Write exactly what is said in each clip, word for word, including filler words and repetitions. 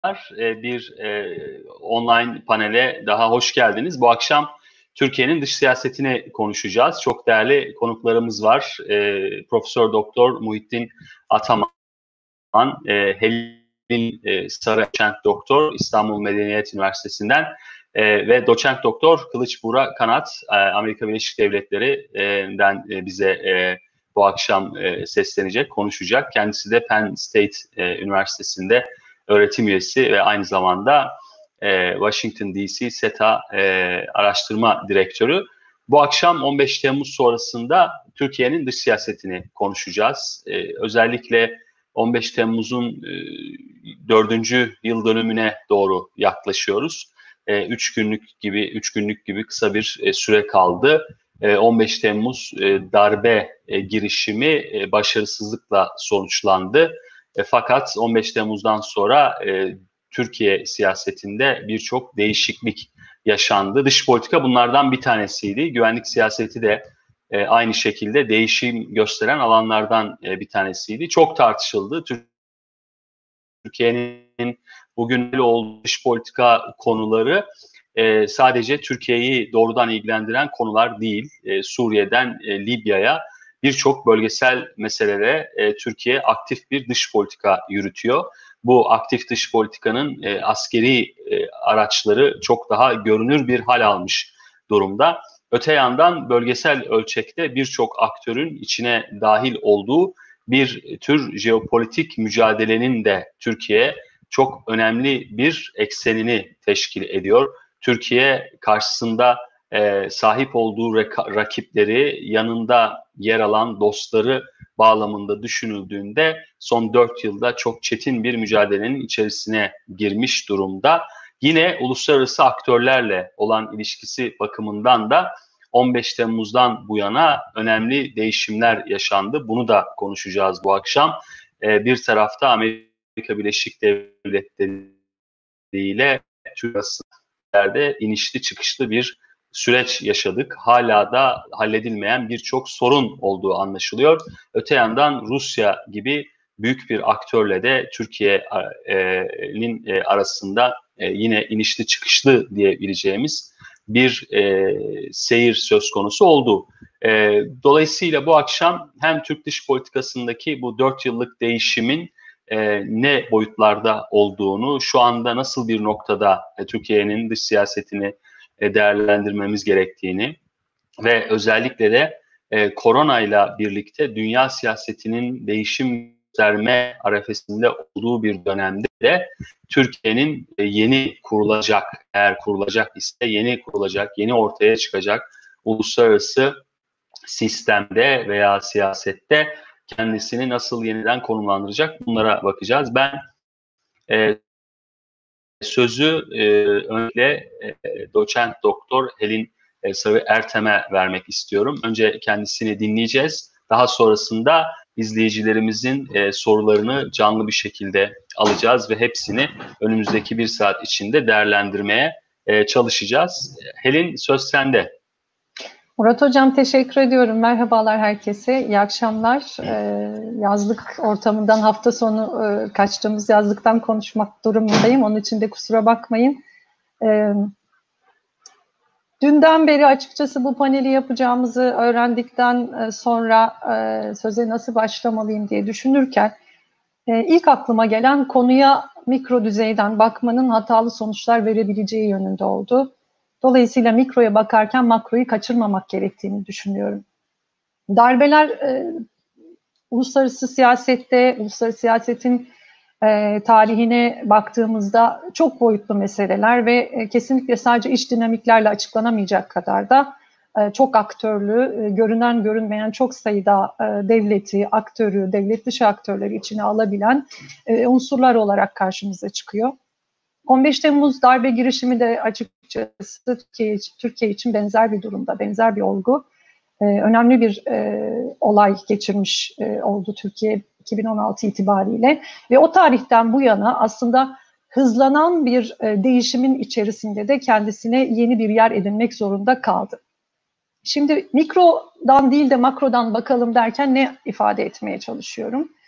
Bir e, online panele daha hoş geldiniz. Bu akşam Türkiye'nin dış siyasetini konuşacağız. Çok değerli konuklarımız var. E, Profesör Doktor Muhittin Ataman, e, Helin e, Sarı Doçent Doktor İstanbul Medeniyet Üniversitesi'nden e, ve Doçent Doktor Kılıç Buğra Kanat e, Amerika Birleşik Devletleri'den e, bize e, bu akşam e, seslenecek, konuşacak. Kendisi de Penn State e, Üniversitesi'nde öğretim üyesi ve aynı zamanda e, Washington D C SETA e, araştırma direktörü. Bu akşam on beş Temmuz sonrasında Türkiye'nin dış siyasetini konuşacağız. E, özellikle on beş Temmuz'un e, dördüncü yıl dönümüne doğru yaklaşıyoruz. E, üç günlük gibi üç günlük gibi kısa bir e, süre kaldı. E, on beş Temmuz e, darbe e, girişimi e, başarısızlıkla sonuçlandı. E, fakat on beş Temmuz'dan sonra e, Türkiye siyasetinde birçok değişiklik yaşandı. Dış politika bunlardan bir tanesiydi. Güvenlik siyaseti de e, aynı şekilde değişim gösteren alanlardan e, bir tanesiydi. Çok tartışıldı. Türkiye'nin bugün olduğu dış politika konuları e, sadece Türkiye'yi doğrudan ilgilendiren konular değil. E, Suriye'den e, Libya'ya birçok bölgesel meselelere e, Türkiye aktif bir dış politika yürütüyor. Bu aktif dış politikanın e, askeri e, araçları çok daha görünür bir hal almış durumda. Öte yandan bölgesel ölçekte birçok aktörün içine dahil olduğu bir tür jeopolitik mücadelenin de Türkiye çok önemli bir eksenini teşkil ediyor. Türkiye karşısında e, sahip olduğu rakipleri, yanında yer alan dostları bağlamında düşünüldüğünde son dört yılda çok çetin bir mücadelenin içerisine girmiş durumda. Yine uluslararası aktörlerle olan ilişkisi bakımından da on beş Temmuz'dan bu yana önemli değişimler yaşandı. Bunu da konuşacağız bu akşam. Ee, bir tarafta Amerika Birleşik Devletleri ile Türkiye'de inişli çıkışlı bir süreç yaşadık. Hala da halledilmeyen birçok sorun olduğu anlaşılıyor. Öte yandan Rusya gibi büyük bir aktörle de Türkiye'nin arasında yine inişli çıkışlı diyebileceğimiz bir e, seyir söz konusu oldu. E, dolayısıyla bu akşam hem Türk dış politikasındaki bu dört yıllık değişimin e, ne boyutlarda olduğunu, şu anda nasıl bir noktada e, Türkiye'nin dış siyasetini e, değerlendirmemiz gerektiğini ve özellikle de e, koronayla birlikte dünya siyasetinin değişim gösterme arefesinde olduğu bir dönemde de Türkiye'nin e, yeni kurulacak, eğer kurulacak ise yeni kurulacak, yeni ortaya çıkacak uluslararası sistemde veya siyasette kendisini nasıl yeniden konumlandıracak, bunlara bakacağız. Ben e, sözü e, önce e, Doçent Doktor Helin e, Sarı Ertem'e vermek istiyorum. Önce kendisini dinleyeceğiz. Daha sonrasında izleyicilerimizin e, sorularını canlı bir şekilde alacağız ve hepsini önümüzdeki bir saat içinde değerlendirmeye e, çalışacağız. Helin, söz sende. Murat Hocam, teşekkür ediyorum. Merhabalar herkese. İyi akşamlar. Ee, yazlık ortamından hafta sonu e, kaçtığımız yazlıktan konuşmak durumundayım. Onun için de kusura bakmayın. Ee, dünden beri açıkçası bu paneli yapacağımızı öğrendikten sonra e, söze nasıl başlamalıyım diye düşünürken e, ilk aklıma gelen konuya mikro düzeyden bakmanın hatalı sonuçlar verebileceği yönünde oldu. Dolayısıyla mikroya bakarken makroyu kaçırmamak gerektiğini düşünüyorum. Darbeler e, uluslararası siyasette, uluslararası siyasetin e, tarihine baktığımızda çok boyutlu meseleler ve e, kesinlikle sadece iç dinamiklerle açıklanamayacak kadar da e, çok aktörlü, e, görünen görünmeyen çok sayıda e, devleti, aktörü, devlet dışı aktörleri içine alabilen e, unsurlar olarak karşımıza çıkıyor. on beş Temmuz darbe girişimi de açıkçası Türkiye, Türkiye için benzer bir durumda, benzer bir olgu. Ee, önemli bir e, olay geçirmiş e, oldu Türkiye iki bin on altı itibariyle. Ve o tarihten bu yana aslında hızlanan bir e, değişimin içerisinde de kendisine yeni bir yer edinmek zorunda kaldı. Şimdi mikrodan değil de makrodan bakalım derken ne ifade etmeye çalışıyorum?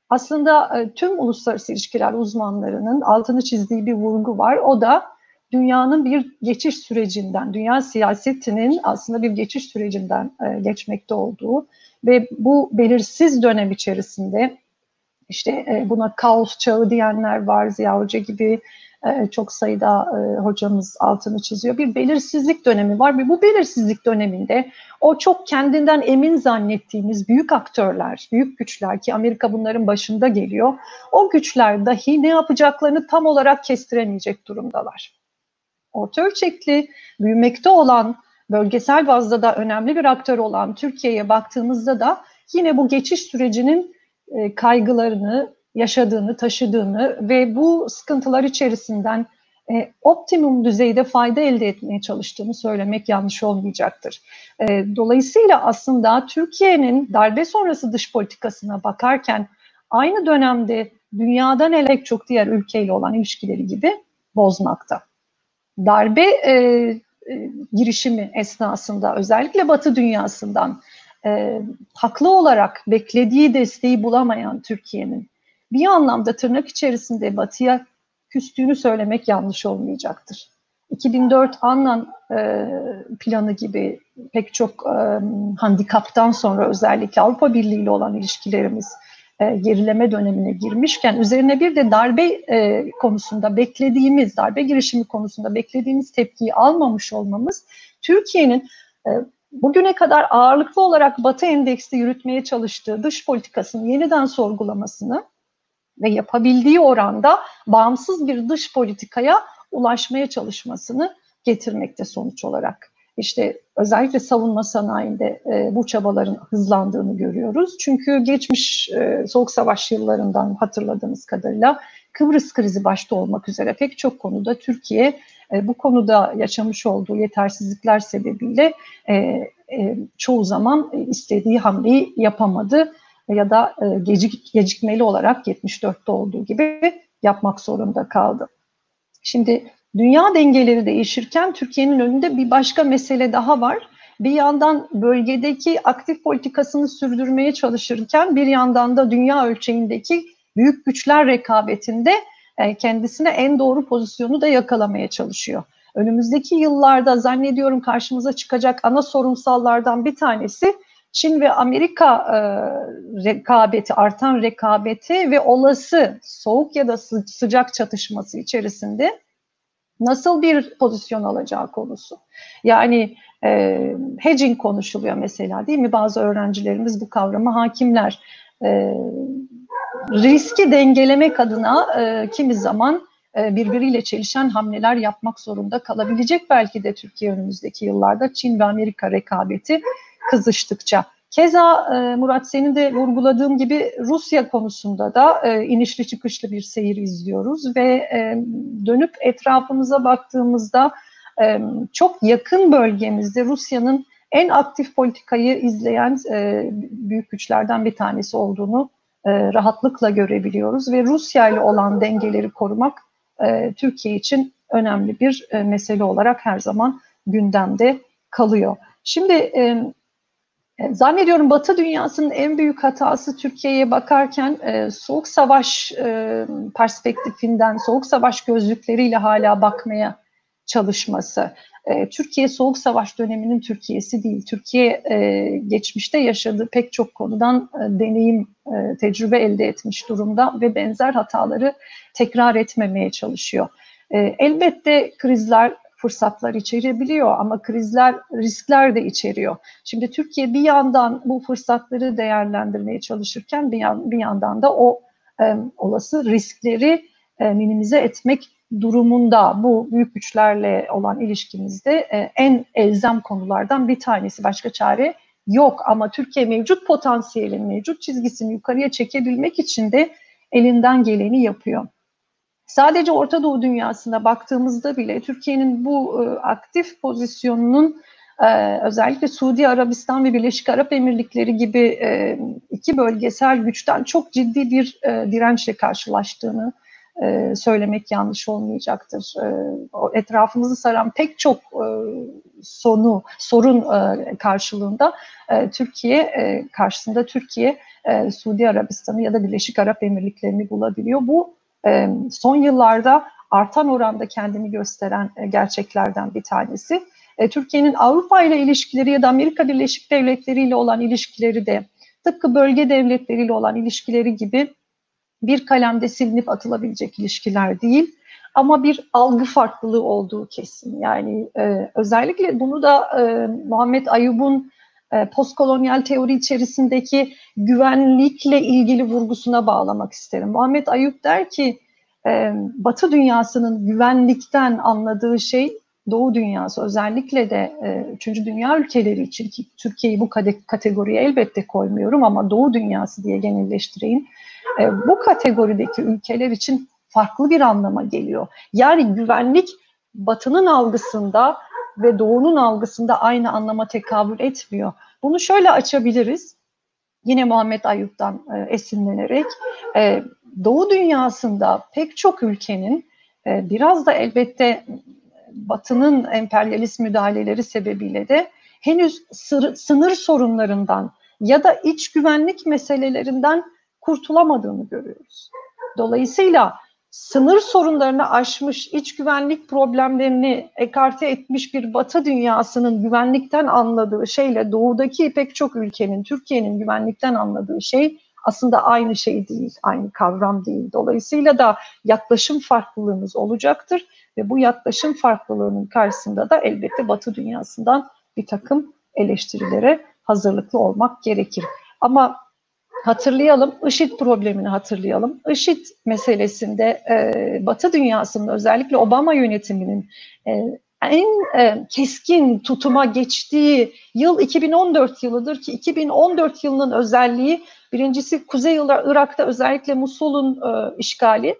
aslında e, tüm uluslararası ilişkiler uzmanlarının altını çizdiği bir vurgu var. O da dünyanın bir geçiş sürecinden, dünya siyasetinin aslında bir geçiş sürecinden e, geçmekte olduğu ve bu belirsiz dönem içerisinde işte e, buna kaos çağı diyenler var, Ziya Hoca gibi e, çok sayıda e, hocamız altını çiziyor. Bir belirsizlik dönemi var ve bu belirsizlik döneminde o çok kendinden emin zannettiğimiz büyük aktörler, büyük güçler ki Amerika bunların başında geliyor, o güçler dahi ne yapacaklarını tam olarak kestiremeyecek durumdalar. Orta ölçekli, büyümekte olan, bölgesel bazda da önemli bir aktör olan Türkiye'ye baktığımızda da yine bu geçiş sürecinin e, kaygılarını yaşadığını, taşıdığını ve bu sıkıntılar içerisinden e, optimum düzeyde fayda elde etmeye çalıştığını söylemek yanlış olmayacaktır. E, dolayısıyla aslında Türkiye'nin darbe sonrası dış politikasına bakarken aynı dönemde dünyadan ele çok diğer ülkeyle olan ilişkileri gibi bozmakta. Darbe e, e, girişimi esnasında özellikle Batı dünyasından e, haklı olarak beklediği desteği bulamayan Türkiye'nin bir anlamda tırnak içerisinde Batı'ya küstüğünü söylemek yanlış olmayacaktır. iki bin dört Annan e, planı gibi pek çok e, handikaptan sonra özellikle Avrupa Birliği ile olan ilişkilerimiz e, gerileme dönemine girmişken üzerine bir de darbe e, konusunda beklediğimiz, darbe girişimi konusunda beklediğimiz tepkiyi almamış olmamız Türkiye'nin e, bugüne kadar ağırlıklı olarak Batı endeksli yürütmeye çalıştığı dış politikasını yeniden sorgulamasını ve yapabildiği oranda bağımsız bir dış politikaya ulaşmaya çalışmasını getirmekte sonuç olarak. İşte özellikle savunma sanayinde e, bu çabaların hızlandığını görüyoruz. Çünkü geçmiş e, Soğuk Savaş yıllarından hatırladığımız kadarıyla Kıbrıs krizi başta olmak üzere pek çok konuda Türkiye e, bu konuda yaşamış olduğu yetersizlikler sebebiyle e, e, çoğu zaman istediği hamleyi yapamadı ya da e, gecik, gecikmeli olarak yetmiş dörtte olduğu gibi yapmak zorunda kaldı. Şimdi dünya dengeleri değişirken Türkiye'nin önünde bir başka mesele daha var. Bir yandan bölgedeki aktif politikasını sürdürmeye çalışırken bir yandan da dünya ölçeğindeki büyük güçler rekabetinde kendisine en doğru pozisyonu da yakalamaya çalışıyor. Önümüzdeki yıllarda zannediyorum karşımıza çıkacak ana sorunsallardan bir tanesi Çin ve Amerika e, rekabeti, artan rekabeti ve olası soğuk ya da sı sıcak çatışması içerisinde nasıl bir pozisyon alacağı konusu. Yani e, hedging konuşuluyor mesela değil mi? Bazı öğrencilerimiz bu kavrama hakimler. E, riski dengelemek adına e, kimi zaman e, birbiriyle çelişen hamleler yapmak zorunda kalabilecek belki de Türkiye önümüzdeki yıllarda Çin ve Amerika rekabeti kızıştıkça. Keza e, Murat senin de vurguladığım gibi Rusya konusunda da e, inişli çıkışlı bir seyir izliyoruz ve e, dönüp etrafımıza baktığımızda e, çok yakın bölgemizde Rusya'nın en aktif politikayı izleyen e, büyük güçlerden bir tanesi olduğunu e, rahatlıkla görebiliyoruz ve Rusya ile olan dengeleri korumak e, Türkiye için önemli bir e, mesele olarak her zaman gündemde kalıyor. Şimdi e, zannediyorum Batı dünyasının en büyük hatası Türkiye'ye bakarken e, Soğuk Savaş e, perspektifinden, Soğuk Savaş gözlükleriyle hala bakmaya çalışması. E, Türkiye Soğuk Savaş döneminin Türkiye'si değil. Türkiye e, geçmişte yaşadığı pek çok konudan e, deneyim, e, tecrübe elde etmiş durumda ve benzer hataları tekrar etmemeye çalışıyor. E, elbette krizler fırsatlar içerebiliyor ama krizler riskler de içeriyor. Şimdi Türkiye bir yandan bu fırsatları değerlendirmeye çalışırken bir, yan, bir yandan da o e, olası riskleri e, minimize etmek durumunda. Bu büyük güçlerle olan ilişkimizde e, en elzem konulardan bir tanesi. Başka çare yok ama Türkiye mevcut potansiyelin, mevcut çizgisini yukarıya çekebilmek için de elinden geleni yapıyor. Sadece Orta Doğu dünyasına baktığımızda bile Türkiye'nin bu e, aktif pozisyonunun e, özellikle Suudi Arabistan ve Birleşik Arap Emirlikleri gibi e, iki bölgesel güçten çok ciddi bir e, dirençle karşılaştığını e, söylemek yanlış olmayacaktır. E, etrafımızı saran pek çok e, sonu sorun e, karşılığında e, Türkiye e, karşısında Türkiye e, Suudi Arabistan'ı ya da Birleşik Arap Emirlikleri'ni bulabiliyor. Bu e, son yıllarda artan oranda kendini gösteren e, gerçeklerden bir tanesi. E, Türkiye'nin Avrupa ile ilişkileri ya da Amerika Birleşik Devletleri ile olan ilişkileri de tıpkı bölge devletleriyle olan ilişkileri gibi bir kalemde silinip atılabilecek ilişkiler değil. Ama bir algı farklılığı olduğu kesin. Yani e, özellikle bunu da e, Muhammed Ayub'un e, postkolonyal teori içerisindeki güvenlikle ilgili vurgusuna bağlamak isterim. Muhammed Ayub der ki e, Batı dünyasının güvenlikten anladığı şey Doğu dünyası, özellikle de e, üçüncü dünya ülkeleri için, ki Türkiye'yi bu kategoriye elbette koymuyorum ama Doğu dünyası diye genelleştireyim. E, bu kategorideki ülkeler için farklı bir anlama geliyor. Yani güvenlik Batı'nın algısında ve Doğu'nun algısında aynı anlama tekabül etmiyor. Bunu şöyle açabiliriz. Yine Muhammed Ayub'dan e, esinlenerek e, Doğu dünyasında pek çok ülkenin e, biraz da elbette Batı'nın emperyalist müdahaleleri sebebiyle de henüz sır, sınır sorunlarından ya da iç güvenlik meselelerinden kurtulamadığını görüyoruz. Dolayısıyla sınır sorunlarını aşmış, iç güvenlik problemlerini ekarte etmiş bir Batı dünyasının güvenlikten anladığı şeyle doğudaki pek çok ülkenin, Türkiye'nin güvenlikten anladığı şey aslında aynı şey değil, aynı kavram değil. Dolayısıyla da yaklaşım farklılığımız olacaktır ve bu yaklaşım farklılığının karşısında da elbette Batı dünyasından bir takım eleştirilere hazırlıklı olmak gerekir. Ama hatırlayalım, IŞİD problemini hatırlayalım. IŞİD meselesinde e, Batı dünyasının, özellikle Obama yönetiminin e, en e, keskin tutuma geçtiği yıl iki bin on dört yılıdır ki iki bin on dört yılının özelliği, birincisi Kuzey Irak'ta özellikle Musul'un e, işgali,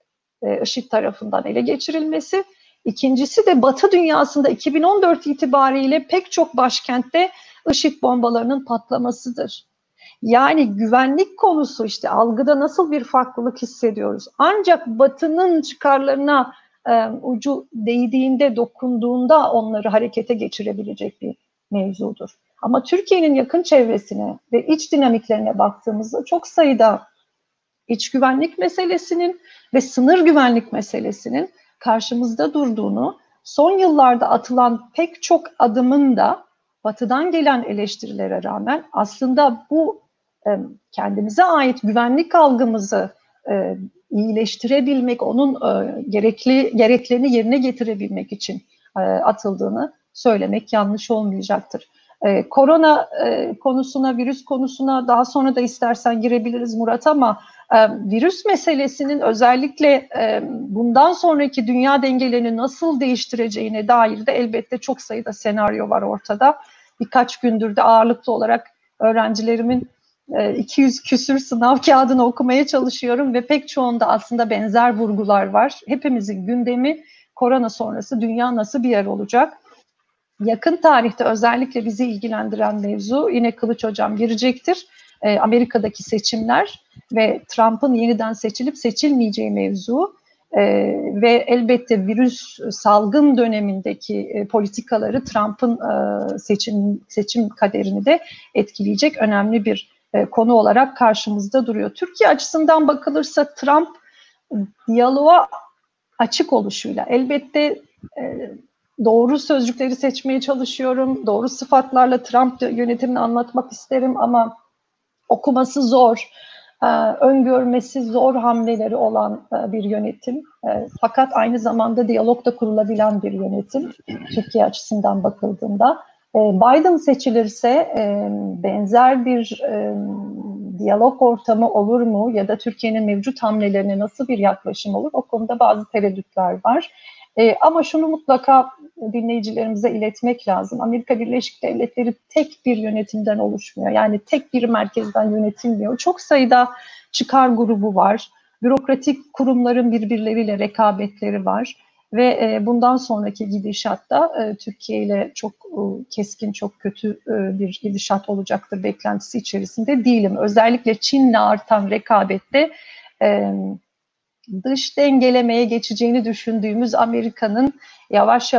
e, IŞİD tarafından ele geçirilmesi. İkincisi de Batı dünyasında iki bin on dört itibariyle pek çok başkentte IŞİD bombalarının patlamasıdır. Yani güvenlik konusu, işte algıda nasıl bir farklılık hissediyoruz. Ancak Batı'nın çıkarlarına e, ucu değdiğinde, dokunduğunda onları harekete geçirebilecek bir mevzudur. Ama Türkiye'nin yakın çevresine ve iç dinamiklerine baktığımızda çok sayıda iç güvenlik meselesinin ve sınır güvenlik meselesinin karşımızda durduğunu, son yıllarda atılan pek çok adımın da Batı'dan gelen eleştirilere rağmen aslında bu kendimize ait güvenlik algımızı e, iyileştirebilmek, onun e, gerekli gereklerini yerine getirebilmek için e, atıldığını söylemek yanlış olmayacaktır. E, korona e, konusuna, virüs konusuna daha sonra da istersen girebiliriz Murat, ama e, virüs meselesinin özellikle e, bundan sonraki dünya dengelerini nasıl değiştireceğine dair de elbette çok sayıda senaryo var ortada. Birkaç gündür de ağırlıklı olarak öğrencilerimin iki yüz küsür sınav kağıdını okumaya çalışıyorum ve pek çoğunda aslında benzer vurgular var. Hepimizin gündemi korona sonrası dünya nasıl bir yer olacak? Yakın tarihte özellikle bizi ilgilendiren mevzu, yine Kılıç Hocam girecektir, Amerika'daki seçimler ve Trump'ın yeniden seçilip seçilmeyeceği mevzu. Ee, ve elbette virüs salgın dönemindeki e, politikaları Trump'ın e, seçim seçim kaderini de etkileyecek önemli bir e, konu olarak karşımızda duruyor. Türkiye açısından bakılırsa Trump diyaloğa açık oluşuyla elbette e, doğru sözcükleri seçmeye çalışıyorum, doğru sıfatlarla Trump yönetimini anlatmak isterim ama okuması zor, öngörmesi zor hamleleri olan bir yönetim. Fakat aynı zamanda diyalog da kurulabilen bir yönetim Türkiye açısından bakıldığında. Biden seçilirse benzer bir diyalog ortamı olur mu ya da Türkiye'nin mevcut hamlelerine nasıl bir yaklaşım olur? O konuda bazı tereddütler var. Ama şunu mutlaka dinleyicilerimize iletmek lazım. Amerika Birleşik Devletleri tek bir yönetimden oluşmuyor. Yani tek bir merkezden yönetilmiyor. Çok sayıda çıkar grubu var. Bürokratik kurumların birbirleriyle rekabetleri var. Ve bundan sonraki gidişatta Türkiye ile çok keskin, çok kötü bir gidişat olacaktır beklentisi içerisinde değilim. Özellikle Çin'le artan rekabette dış dengelemeye geçeceğini düşündüğümüz Amerika'nın yavaş yavaş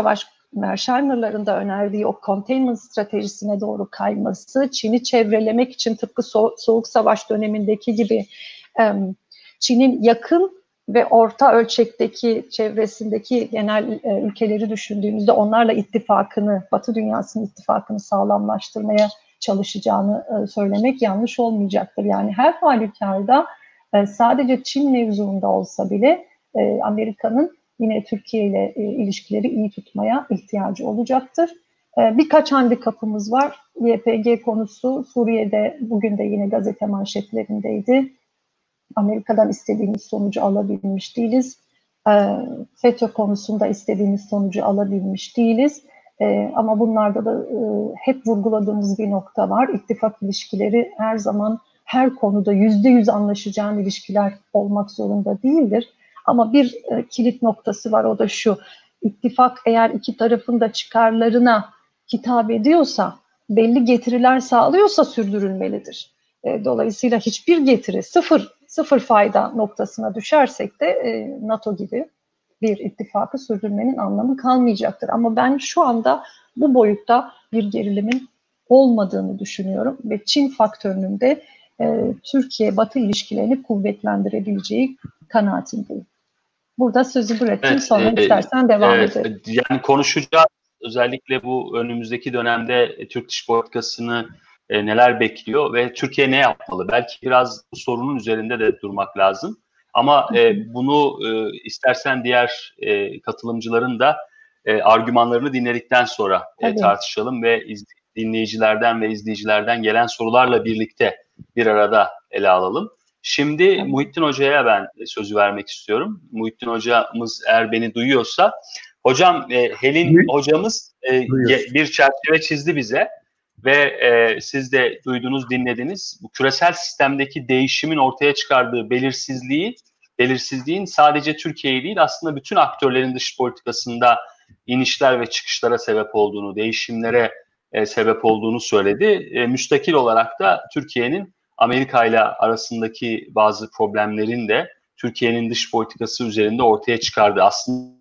Mearsheimer'ların da önerdiği o containment stratejisine doğru kayması, Çin'i çevrelemek için tıpkı so- Soğuk Savaş dönemindeki gibi e, Çin'in yakın ve orta ölçekteki çevresindeki genel e, ülkeleri düşündüğümüzde onlarla ittifakını, Batı dünyasının ittifakını sağlamlaştırmaya çalışacağını e, söylemek yanlış olmayacaktır. Yani her halükarda e, sadece Çin mevzuunda olsa bile e, Amerika'nın yine Türkiye ile e, ilişkileri iyi tutmaya ihtiyacı olacaktır. E, birkaç handikapımız var. Y P G konusu Suriye'de bugün de yine gazete manşetlerindeydi. Amerika'dan istediğimiz sonucu alabilmiş değiliz. E, FETÖ konusunda istediğimiz sonucu alabilmiş değiliz. E, ama bunlarda da e, hep vurguladığımız bir nokta var. İttifak ilişkileri her zaman her konuda yüzde yüz anlaşacağın ilişkiler olmak zorunda değildir. Ama bir e, kilit noktası var, o da şu: İttifak eğer iki tarafın da çıkarlarına hitap ediyorsa, belli getiriler sağlıyorsa sürdürülmelidir. E, dolayısıyla hiçbir getiri, sıfır, sıfır fayda noktasına düşersek de e, NATO gibi bir ittifakı sürdürmenin anlamı kalmayacaktır. Ama ben şu anda bu boyutta bir gerilimin olmadığını düşünüyorum ve Çin faktörünün de e, Türkiye-Batı ilişkilerini kuvvetlendirebileceği kanaatindeyim. Burada sözü bırakayım, Evet, sonra e, istersen devam evet, edelim. yani konuşacağız. Özellikle bu önümüzdeki dönemde Türk dış politikasını e, neler bekliyor ve Türkiye ne yapmalı? Belki biraz bu sorunun üzerinde de durmak lazım. Ama e, bunu e, istersen diğer e, katılımcıların da e, argümanlarını dinledikten sonra e, tartışalım ve iz, dinleyicilerden ve izleyicilerden gelen sorularla birlikte bir arada ele alalım. Şimdi Tabii. Muhittin Hoca'ya ben sözü vermek istiyorum. Muhittin Hocamız eğer beni duyuyorsa. Hocam, e, Helin Duyuyor. Hocamız e, bir çerçeve çizdi bize ve e, siz de duydunuz, dinlediniz. Bu küresel sistemdeki değişimin ortaya çıkardığı belirsizliği, belirsizliğin sadece Türkiye'yi değil aslında bütün aktörlerin dış politikasında inişler ve çıkışlara sebep olduğunu, değişimlere e, sebep olduğunu söyledi. E, müstakil olarak da Türkiye'nin Amerika ile arasındaki bazı problemlerin de Türkiye'nin dış politikası üzerinde ortaya çıkardığı, aslında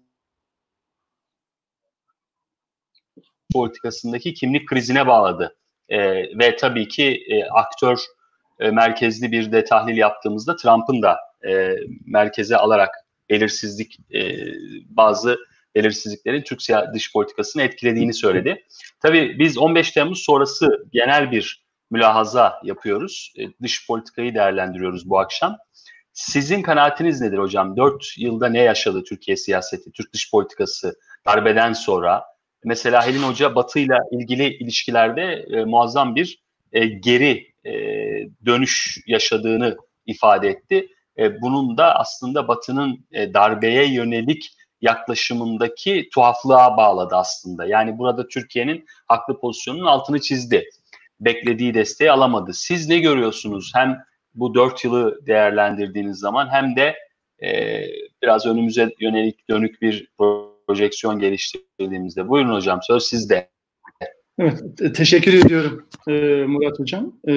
politikasındaki kimlik krizine bağladı. E, ve tabii ki e, aktör e, merkezli bir de tahlil yaptığımızda Trump'ın da e, merkeze alarak belirsizlik, e, bazı belirsizliklerin Türk dış politikasını etkilediğini söyledi. Tabii biz on beş Temmuz sonrası genel bir mülahaza yapıyoruz. E, dış politikayı değerlendiriyoruz bu akşam. Sizin kanaatiniz nedir hocam? Dört yılda ne yaşadı Türkiye siyaseti, Türk dış politikası darbeden sonra? Mesela Helin Hoca Batı ile ilgili ilişkilerde e, muazzam bir e, geri e, dönüş yaşadığını ifade etti. E, bunun da aslında Batı'nın e, darbeye yönelik yaklaşımındaki tuhaflığa bağladı aslında. Yani burada Türkiye'nin haklı pozisyonunun altını çizdi. Beklediği desteği alamadı. Siz ne görüyorsunuz? Hem bu dört yılı değerlendirdiğiniz zaman hem de e, biraz önümüze yönelik dönük bir projeksiyon geliştirdiğimizde. Buyurun hocam, söz sizde. Evet, teşekkür ediyorum e, Murat Hocam. E,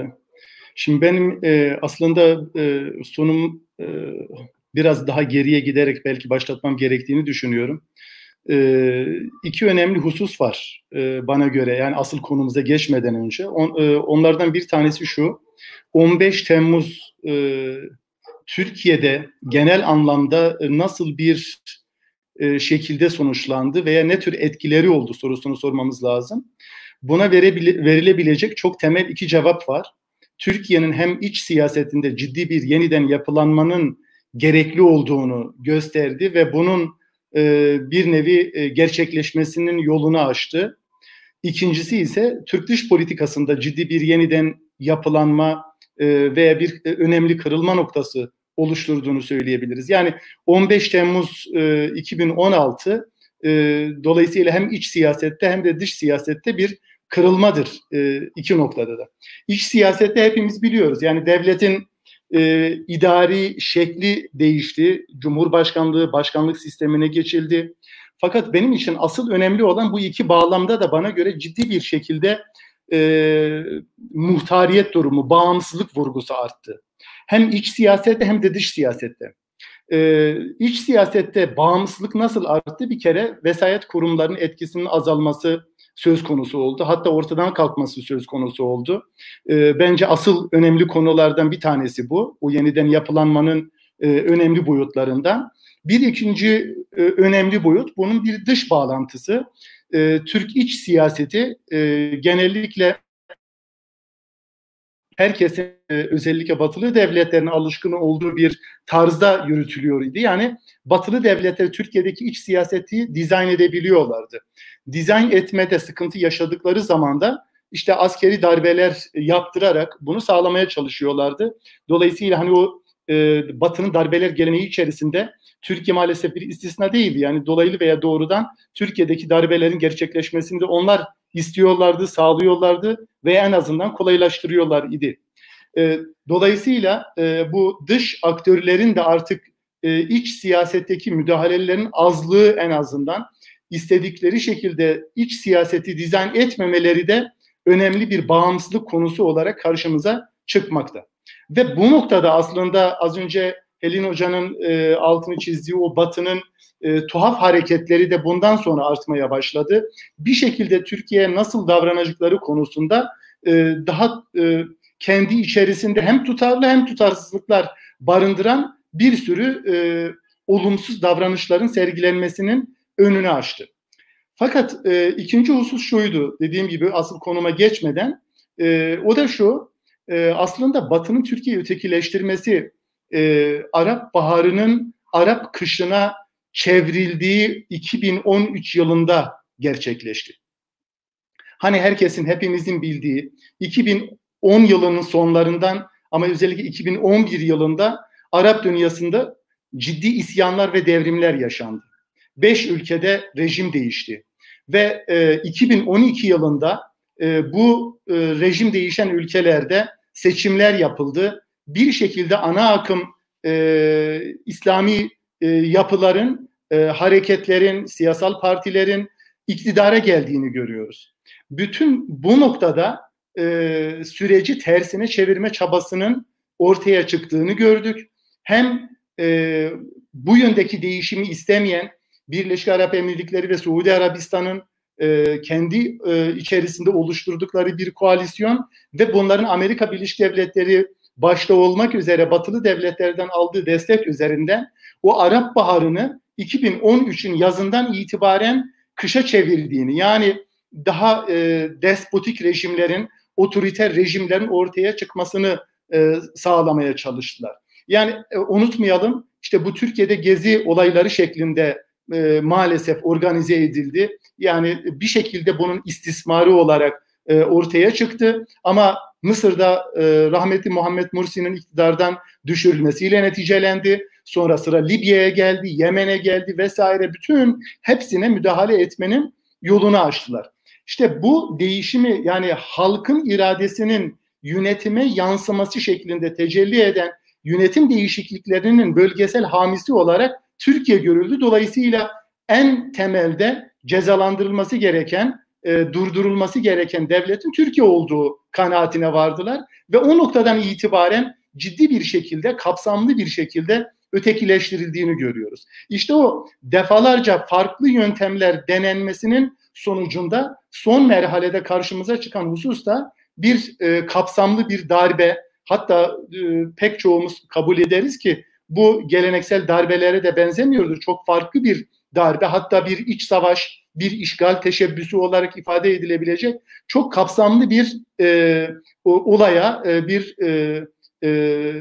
şimdi benim e, aslında e, sunum e, biraz daha geriye giderek belki başlatmam gerektiğini düşünüyorum. E, iki önemli husus var e, bana göre, yani asıl konumuza geçmeden önce. On, e, onlardan bir tanesi şu: on beş Temmuz e, Türkiye'de genel anlamda nasıl bir e, şekilde sonuçlandı veya ne tür etkileri oldu sorusunu sormamız lazım. Buna verebile- verilebilecek çok temel iki cevap var. Türkiye'nin hem iç siyasetinde ciddi bir yeniden yapılanmanın gerekli olduğunu gösterdi ve bunun e, bir nevi e, gerçekleşmesinin yolunu açtı. İkincisi ise Türk dış politikasında ciddi bir yeniden yapılanma e, veya bir e, önemli kırılma noktası oluşturduğunu söyleyebiliriz. Yani on beş Temmuz e, iki bin on altı e, dolayısıyla hem iç siyasette hem de dış siyasette bir kırılmadır e, iki noktada da. İç siyasette hepimiz biliyoruz. Yani devletin e, idari şekli değişti. Cumhurbaşkanlığı, başkanlık sistemine geçildi. Fakat benim için asıl önemli olan bu iki bağlamda da bana göre ciddi bir şekilde e, muhtariyet durumu, bağımsızlık vurgusu arttı. Hem iç siyasette hem de dış siyasette. e, iç siyasette bağımsızlık nasıl arttı? Bir kere vesayet kurumlarının etkisinin azalması söz konusu oldu. Hatta ortadan kalkması söz konusu oldu. E, bence asıl önemli konulardan bir tanesi bu. O yeniden yapılanmanın e, önemli boyutlarından. Bir ikinci e, önemli boyut bunun bir dış bağlantısı. E, Türk iç siyaseti e, genellikle herkesin e, özellikle batılı devletlerin alışkın olduğu bir tarzda yürütülüyor idi. Yani batılı devletler Türkiye'deki iç siyaseti dizayn edebiliyorlardı. Dizayn etmede sıkıntı yaşadıkları zaman da işte askeri darbeler yaptırarak bunu sağlamaya çalışıyorlardı. Dolayısıyla hani o e, batının darbeler geleneği içerisinde Türkiye maalesef bir istisna değildi. Yani dolaylı veya doğrudan Türkiye'deki darbelerin gerçekleşmesini de onlar istiyorlardı, sağlıyorlardı ve en azından kolaylaştırıyorlar idi. E, dolayısıyla e, bu dış aktörlerin de artık e, iç siyasetteki müdahalelerin azlığı en azından istedikleri şekilde iç siyaseti dizayn etmemeleri de önemli bir bağımsızlık konusu olarak karşımıza çıkmakta. Ve bu noktada aslında az önce Helin Hoca'nın e, altını çizdiği o batının e, tuhaf hareketleri de bundan sonra artmaya başladı. Bir şekilde Türkiye'ye nasıl davranacakları konusunda e, daha e, kendi içerisinde hem tutarlı hem tutarsızlıklar barındıran bir sürü e, olumsuz davranışların sergilenmesinin önünü açtı. Fakat e, ikinci husus şuydu, dediğim gibi asıl konuma geçmeden, e, o da şu, e, aslında Batı'nın Türkiye'yi ötekileştirmesi, e, Arap Baharı'nın Arap kışına çevrildiği iki bin on üç yılında gerçekleşti. Hani herkesin, hepimizin bildiği iki bin on yılının sonlarından ama özellikle iki bin on bir yılında Arap dünyasında ciddi isyanlar ve devrimler yaşandı. Beş ülkede rejim değişti. Ve e, iki bin on iki yılında e, bu e, rejim değişen ülkelerde seçimler yapıldı. Bir şekilde ana akım e, İslami e, yapıların, e, hareketlerin, siyasal partilerin iktidara geldiğini görüyoruz. Bütün bu noktada e, süreci tersine çevirme çabasının ortaya çıktığını gördük. Hem e, bu yöndeki değişimi istemeyen Birleşik Arap Emirlikleri ve Suudi Arabistan'ın e, kendi e, içerisinde oluşturdukları bir koalisyon ve bunların Amerika Birleşik Devletleri başta olmak üzere batılı devletlerden aldığı destek üzerinden o Arap Baharı'nı iki bin on üçün yazından itibaren kışa çevirdiğini, yani daha e, despotik rejimlerin, otoriter rejimlerin ortaya çıkmasını e, sağlamaya çalıştılar. Yani e, unutmayalım, işte bu Türkiye'de gezi olayları şeklinde e, maalesef organize edildi. Yani bir şekilde bunun istismarı olarak e, ortaya çıktı. Ama Mısır'da e, rahmetli Muhammed Mursi'nin iktidardan düşürülmesiyle neticelendi. Sonra sıra Libya'ya geldi, Yemen'e geldi vesaire. Bütün hepsine müdahale etmenin yolunu açtılar. İşte bu değişimi, yani halkın iradesinin yönetime yansıması şeklinde tecelli eden yönetim değişikliklerinin bölgesel hamisi olarak Türkiye görüldü. Dolayısıyla en temelde cezalandırılması gereken, e, durdurulması gereken devletin Türkiye olduğu kanaatine vardılar. Ve o noktadan itibaren ciddi bir şekilde, kapsamlı bir şekilde ötekileştirildiğini görüyoruz. İşte o defalarca farklı yöntemler denenmesinin sonucunda son merhalede karşımıza çıkan husus da bir e, kapsamlı bir darbe. Hatta e, pek çoğumuz kabul ederiz ki bu geleneksel darbelere de benzemiyordur. Çok farklı bir darbe, hatta bir iç savaş, bir işgal teşebbüsü olarak ifade edilebilecek çok kapsamlı bir e, olaya, e, bir e, e,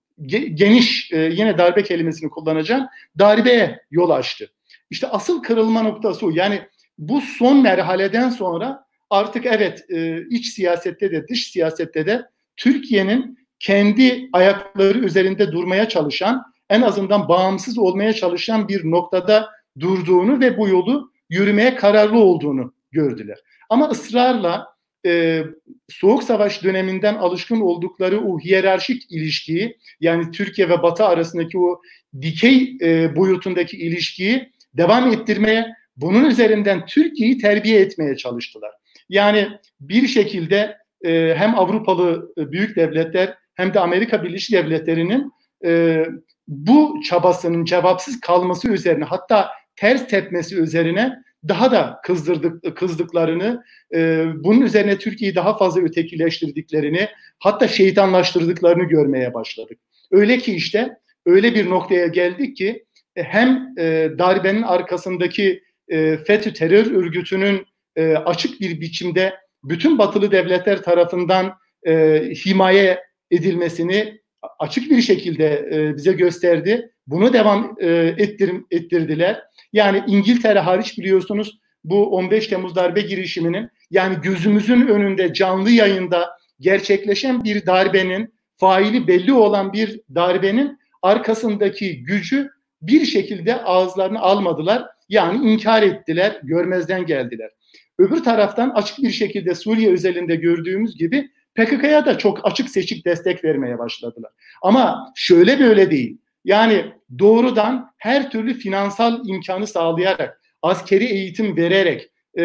geniş, e, yine darbe kelimesini kullanacağım, darbeye yol açtı. İşte asıl kırılma noktası o. Yani bu son merhaleden sonra artık evet, e, iç siyasette de dış siyasette de Türkiye'nin kendi ayakları üzerinde durmaya çalışan, en azından bağımsız olmaya çalışan bir noktada durduğunu ve bu yolu yürümeye kararlı olduğunu gördüler. Ama ısrarla e, Soğuk Savaş döneminden alışkın oldukları o hiyerarşik ilişkiyi, yani Türkiye ve Batı arasındaki o dikey e, boyutundaki ilişkiyi devam ettirmeye, bunun üzerinden Türkiye'yi terbiye etmeye çalıştılar. Yani bir şekilde e, hem Avrupalı e, büyük devletler hem de Amerika Birleşik Devletleri'nin e, bu çabasının cevapsız kalması üzerine, hatta ters tepmesi üzerine daha da kızdırdık, kızdıklarını, e, bunun üzerine Türkiye'yi daha fazla ötekileştirdiklerini, hatta şeytanlaştırdıklarını görmeye başladık. Öyle ki işte öyle bir noktaya geldik ki e, hem e, darbenin arkasındaki e, FETÖ terör örgütünün e, açık bir biçimde bütün batılı devletler tarafından e, himaye edilmesini açık bir şekilde e, bize gösterdi. Bunu devam e, ettir, ettirdiler. Yani İngiltere hariç biliyorsunuz bu on beş Temmuz darbe girişiminin, yani gözümüzün önünde canlı yayında gerçekleşen bir darbenin, faili belli olan bir darbenin arkasındaki gücü bir şekilde ağızlarını almadılar. Yani inkar ettiler, görmezden geldiler. Öbür taraftan açık bir şekilde Suriye özelinde gördüğümüz gibi P K K'ya da çok açık seçik destek vermeye başladılar. Ama şöyle böyle değil. Yani doğrudan her türlü finansal imkanı sağlayarak, askeri eğitim vererek, e,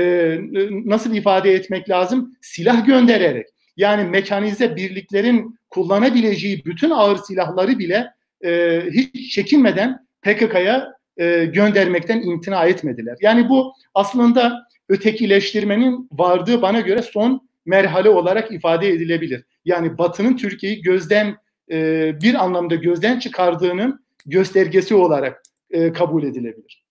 nasıl ifade etmek lazım? Silah göndererek, yani mekanize birliklerin kullanabileceği bütün ağır silahları bile e, hiç çekinmeden P K K'ya e, göndermekten imtina etmediler. Yani bu aslında ötekileştirmenin vardığı bana göre son merhale olarak ifade edilebilir. Yani Batı'nın Türkiye'yi gözden e, bir anlamda gözden çıkardığının göstergesi olarak e, kabul edilebilir.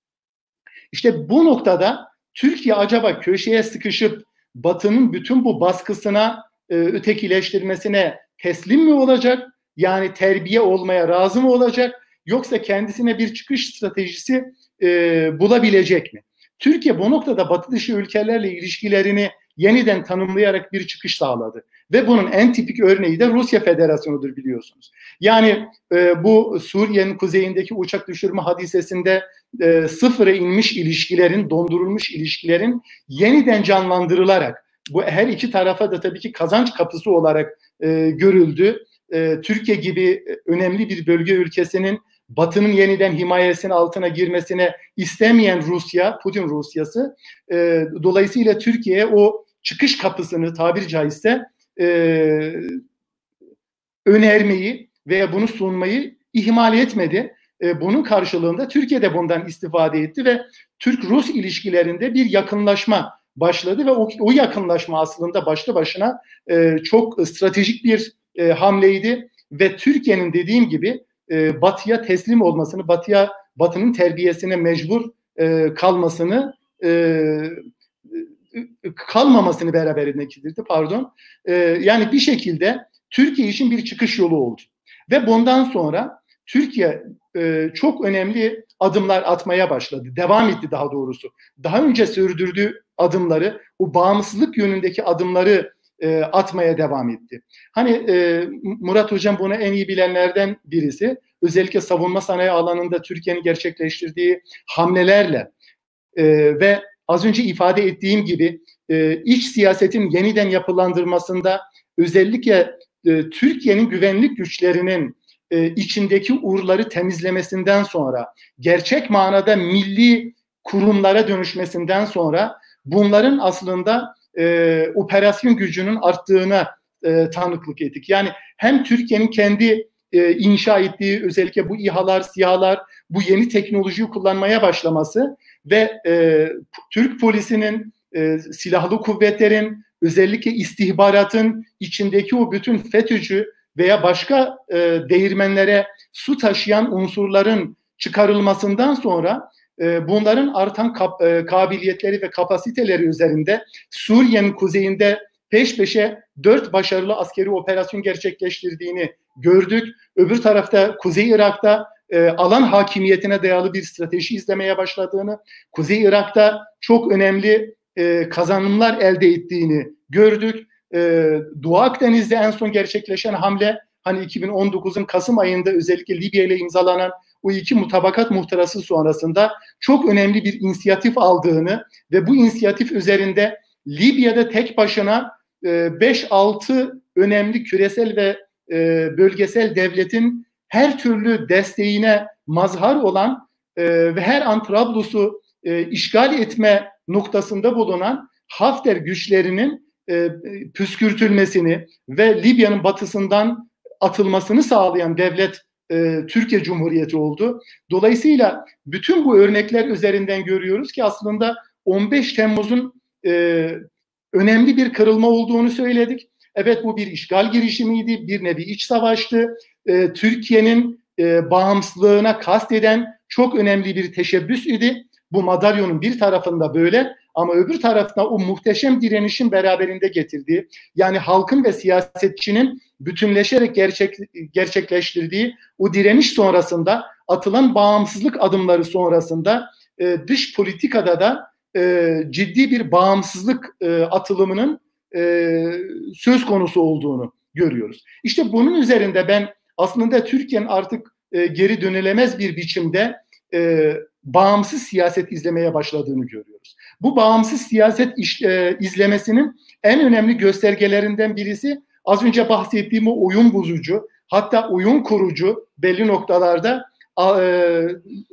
İşte bu noktada Türkiye acaba köşeye sıkışıp Batı'nın bütün bu baskısına, e, ötekileştirmesine teslim mi olacak? Yani terbiye olmaya razı mı olacak? Yoksa kendisine bir çıkış stratejisi e, bulabilecek mi? Türkiye bu noktada Batı dışı ülkelerle ilişkilerini yeniden tanımlayarak bir çıkış sağladı. Ve bunun en tipik örneği de Rusya Federasyonu'dur biliyorsunuz. Yani e, bu Suriye'nin kuzeyindeki uçak düşürme hadisesinde e, sıfıra inmiş ilişkilerin, dondurulmuş ilişkilerin yeniden canlandırılarak, bu her iki tarafa da tabii ki kazanç kapısı olarak e, görüldü. E, Türkiye gibi önemli bir bölge ülkesinin Batı'nın yeniden himayesinin altına girmesine istemeyen Rusya, Putin Rusyası, e, dolayısıyla Türkiye'ye o çıkış kapısını tabiri caizse e, önermeyi veya bunu sunmayı ihmal etmedi. E, bunun karşılığında Türkiye de bundan istifade etti ve Türk-Rus ilişkilerinde bir yakınlaşma başladı ve o, o yakınlaşma aslında başlı başına e, çok stratejik bir e, hamleydi ve Türkiye'nin dediğim gibi e, Batı'ya teslim olmasını, Batı'ya Batı'nın terbiyesine mecbur e, kalmasını e, e, kalmamasını beraberinde getirdi. Pardon. E, yani bir şekilde Türkiye için bir çıkış yolu oldu. Ve bundan sonra Türkiye e, çok önemli adımlar atmaya başladı. Devam etti daha doğrusu. Daha önce sürdürdüğü adımları, o bağımsızlık yönündeki adımları e, atmaya devam etti. Hani e, Murat Hocam bunu en iyi bilenlerden birisi. Özellikle savunma sanayi alanında Türkiye'nin gerçekleştirdiği hamlelerle e, ve az önce ifade ettiğim gibi e, iç siyasetin yeniden yapılandırmasında özellikle e, Türkiye'nin güvenlik güçlerinin e, içindeki uğurları temizlemesinden sonra, gerçek manada milli kurumlara dönüşmesinden sonra bunların aslında e, operasyon gücünün arttığına e, tanıklık ettik. Yani hem Türkiye'nin kendi e, inşa ettiği özellikle bu İHA'lar, SİHA'lar, bu yeni teknolojiyi kullanmaya başlaması ve e, Türk polisinin, e, silahlı kuvvetlerin, özellikle istihbaratın içindeki o bütün FETÖ'cü veya başka e, değirmenlere su taşıyan unsurların çıkarılmasından sonra e, bunların artan kap, e, kabiliyetleri ve kapasiteleri üzerinde Suriye'nin kuzeyinde peş peşe dört başarılı askeri operasyon gerçekleştirdiğini gördük. Öbür tarafta Kuzey Irak'ta e, alan hakimiyetine dayalı bir strateji izlemeye başladığını, Kuzey Irak'ta çok önemli e, kazanımlar elde ettiğini gördük. E, Doğu Akdeniz'de en son gerçekleşen hamle, hani iki bin on dokuzun Kasım ayında özellikle Libya ile imzalanan o iki mutabakat muhtırası sonrasında çok önemli bir inisiyatif aldığını ve bu inisiyatif üzerinde Libya'da tek başına beş altı önemli küresel ve e, bölgesel devletin her türlü desteğine mazhar olan e, ve her an Trablus'u e, işgal etme noktasında bulunan Hafter güçlerinin e, püskürtülmesini ve Libya'nın batısından atılmasını sağlayan devlet e, Türkiye Cumhuriyeti oldu. Dolayısıyla bütün bu örnekler üzerinden görüyoruz ki aslında on beş Temmuz'un e, önemli bir kırılma olduğunu söyledik. Evet, bu bir işgal girişimiydi, bir nevi iç savaştı. E, Türkiye'nin e, bağımsızlığına kasteden çok önemli bir teşebbüs idi. Bu madalyonun bir tarafında böyle ama öbür tarafta o muhteşem direnişin beraberinde getirdiği, yani halkın ve siyasetçinin bütünleşerek gerçek, gerçekleştirdiği o direniş sonrasında atılan bağımsızlık adımları sonrasında e, dış politikada da e, ciddi bir bağımsızlık e, atılımının e, söz konusu olduğunu görüyoruz. İşte bunun üzerinde ben aslında Türkiye'nin artık e, geri dönülemez bir biçimde e, bağımsız siyaset izlemeye başladığını görüyoruz. Bu bağımsız siyaset iş, e, izlemesinin en önemli göstergelerinden birisi az önce bahsettiğim o oyun bozucu, hatta oyun kurucu belli noktalarda e,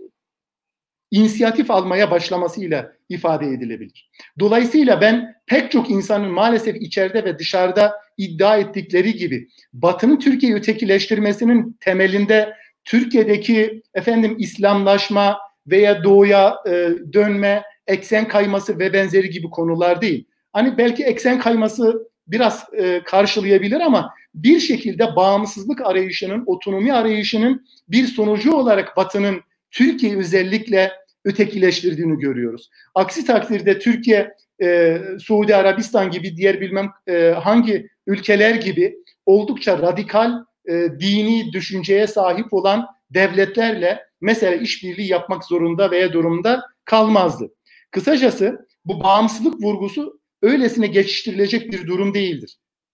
inisiyatif almaya başlamasıyla ifade edilebilir. Dolayısıyla ben pek çok insanın maalesef içeride ve dışarıda iddia ettikleri gibi Batı'nın Türkiye'yi ötekileştirmesinin temelinde Türkiye'deki efendim İslamlaşma veya doğuya e, dönme, eksen kayması ve benzeri gibi konular değil. Hani belki eksen kayması biraz e, karşılayabilir ama bir şekilde bağımsızlık arayışının, otonomi arayışının bir sonucu olarak Batı'nın Türkiye'yi özellikle ötekileştirdiğini görüyoruz. Aksi takdirde Türkiye, e, Suudi Arabistan gibi diğer bilmem e, hangi ülkeler gibi oldukça radikal e, dini düşünceye sahip olan devletlerle mesela işbirliği yapmak zorunda veya durumda kalmazdı. Kısacası bu bağımsızlık vurgusu öylesine geçiştirilecek bir durum değildir.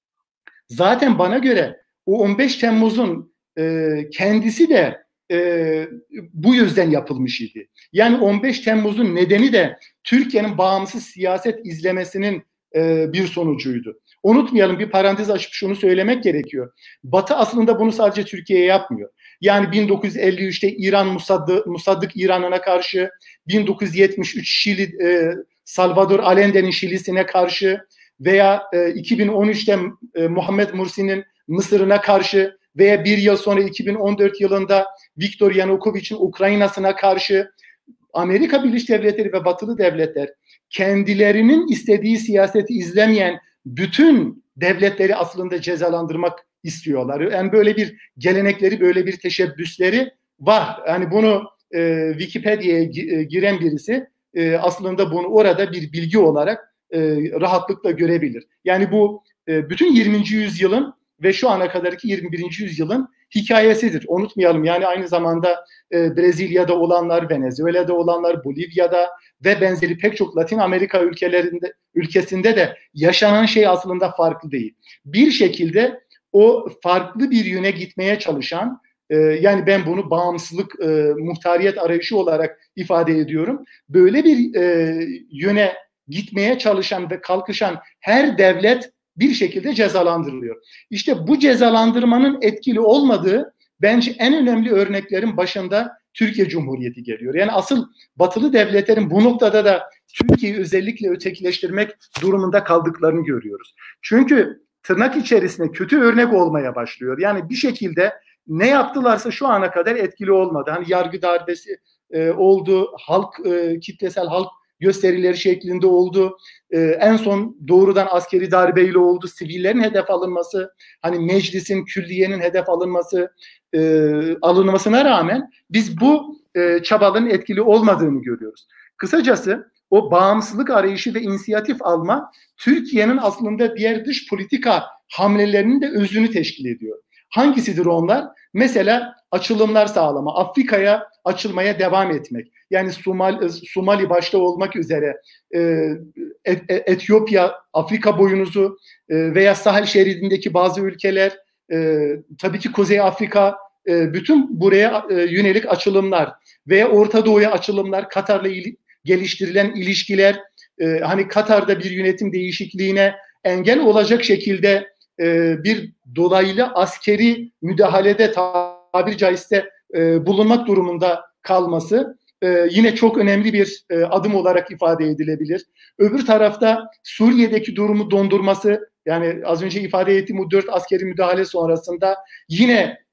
Zaten bana göre o on beş Temmuz'un e, kendisi de e, bu yüzden yapılmış idi. Yani on beş Temmuz'un nedeni de Türkiye'nin bağımsız siyaset izlemesinin e, bir sonucuydu. Unutmayalım, bir parantez açıp şunu söylemek gerekiyor. Batı aslında bunu sadece Türkiye'ye yapmıyor. Yani bin dokuz yüz elli üçte İran Musaddık, Musaddık İran'ına karşı, bin dokuz yüz yetmiş üç Şili, e, Salvador Allende'nin Şili'sine karşı veya e, iki bin on üçte e, Muhammed Mursi'nin Mısır'ına karşı veya bir yıl sonra iki bin on dört yılında Viktor Yanukovych'in Ukrayna'sına karşı Amerika Birleşik Devletleri ve Batılı devletler kendilerinin istediği siyaseti izlemeyen bütün devletleri aslında cezalandırmak istiyorlar. Yani böyle bir gelenekleri, böyle bir teşebbüsleri var. Yani bunu e, Wikipedia'ya giren birisi e, aslında bunu orada bir bilgi olarak e, rahatlıkla görebilir. Yani bu e, bütün yirminci yüzyılın ve şu ana kadarki yirmi birinci yüzyılın hikayesidir. Unutmayalım, yani aynı zamanda e, Brezilya'da olanlar, Venezuela'da olanlar, Bolivya'da ve benzeri pek çok Latin Amerika ülkelerinde ülkesinde de yaşanan şey aslında farklı değil. Bir şekilde o farklı bir yöne gitmeye çalışan, e, yani ben bunu bağımsızlık, e, muhtariyet arayışı olarak ifade ediyorum. Böyle bir e, yöne gitmeye çalışan ve kalkışan her devlet bir şekilde cezalandırılıyor. İşte bu cezalandırmanın etkili olmadığı bence en önemli örneklerin başında Türkiye Cumhuriyeti geliyor. Yani asıl batılı devletlerin bu noktada da Türkiye'yi özellikle ötekileştirmek durumunda kaldıklarını görüyoruz. Çünkü tırnak içerisinde kötü örnek olmaya başlıyor. Yani bir şekilde ne yaptılarsa şu ana kadar etkili olmadı. Hani yargı darbesi e, oldu, halk e, kitlesel halk gösterileri şeklinde oldu. Ee, en son doğrudan askeri darbeyle oldu. Sivillerin hedef alınması, hani meclisin, külliyenin hedef alınması, e, alınmasına rağmen biz bu e, çabaların etkili olmadığını görüyoruz. Kısacası o bağımsızlık arayışı ve inisiyatif alma Türkiye'nin aslında diğer dış politika hamlelerinin de özünü teşkil ediyor. Hangisidir onlar? Mesela açılımlar sağlama, Afrika'ya açılmaya devam etmek. Yani Somali, Somali başta olmak üzere e, Et, Etiyopya, Afrika boynuzu e, veya sahil şeridindeki bazı ülkeler, e, tabii ki Kuzey Afrika, e, bütün buraya e, yönelik açılımlar veya Orta Doğu'ya açılımlar, Katar'la il, geliştirilen ilişkiler, e, hani Katar'da bir yönetim değişikliğine engel olacak şekilde e, bir dolaylı askeri müdahalede tabiri caizse e, bulunmak durumunda kalması e, yine çok önemli bir e, adım olarak ifade edilebilir. Öbür tarafta Suriye'deki durumu dondurması, yani az önce ifade ettiğim bu dört askeri müdahale sonrasında yine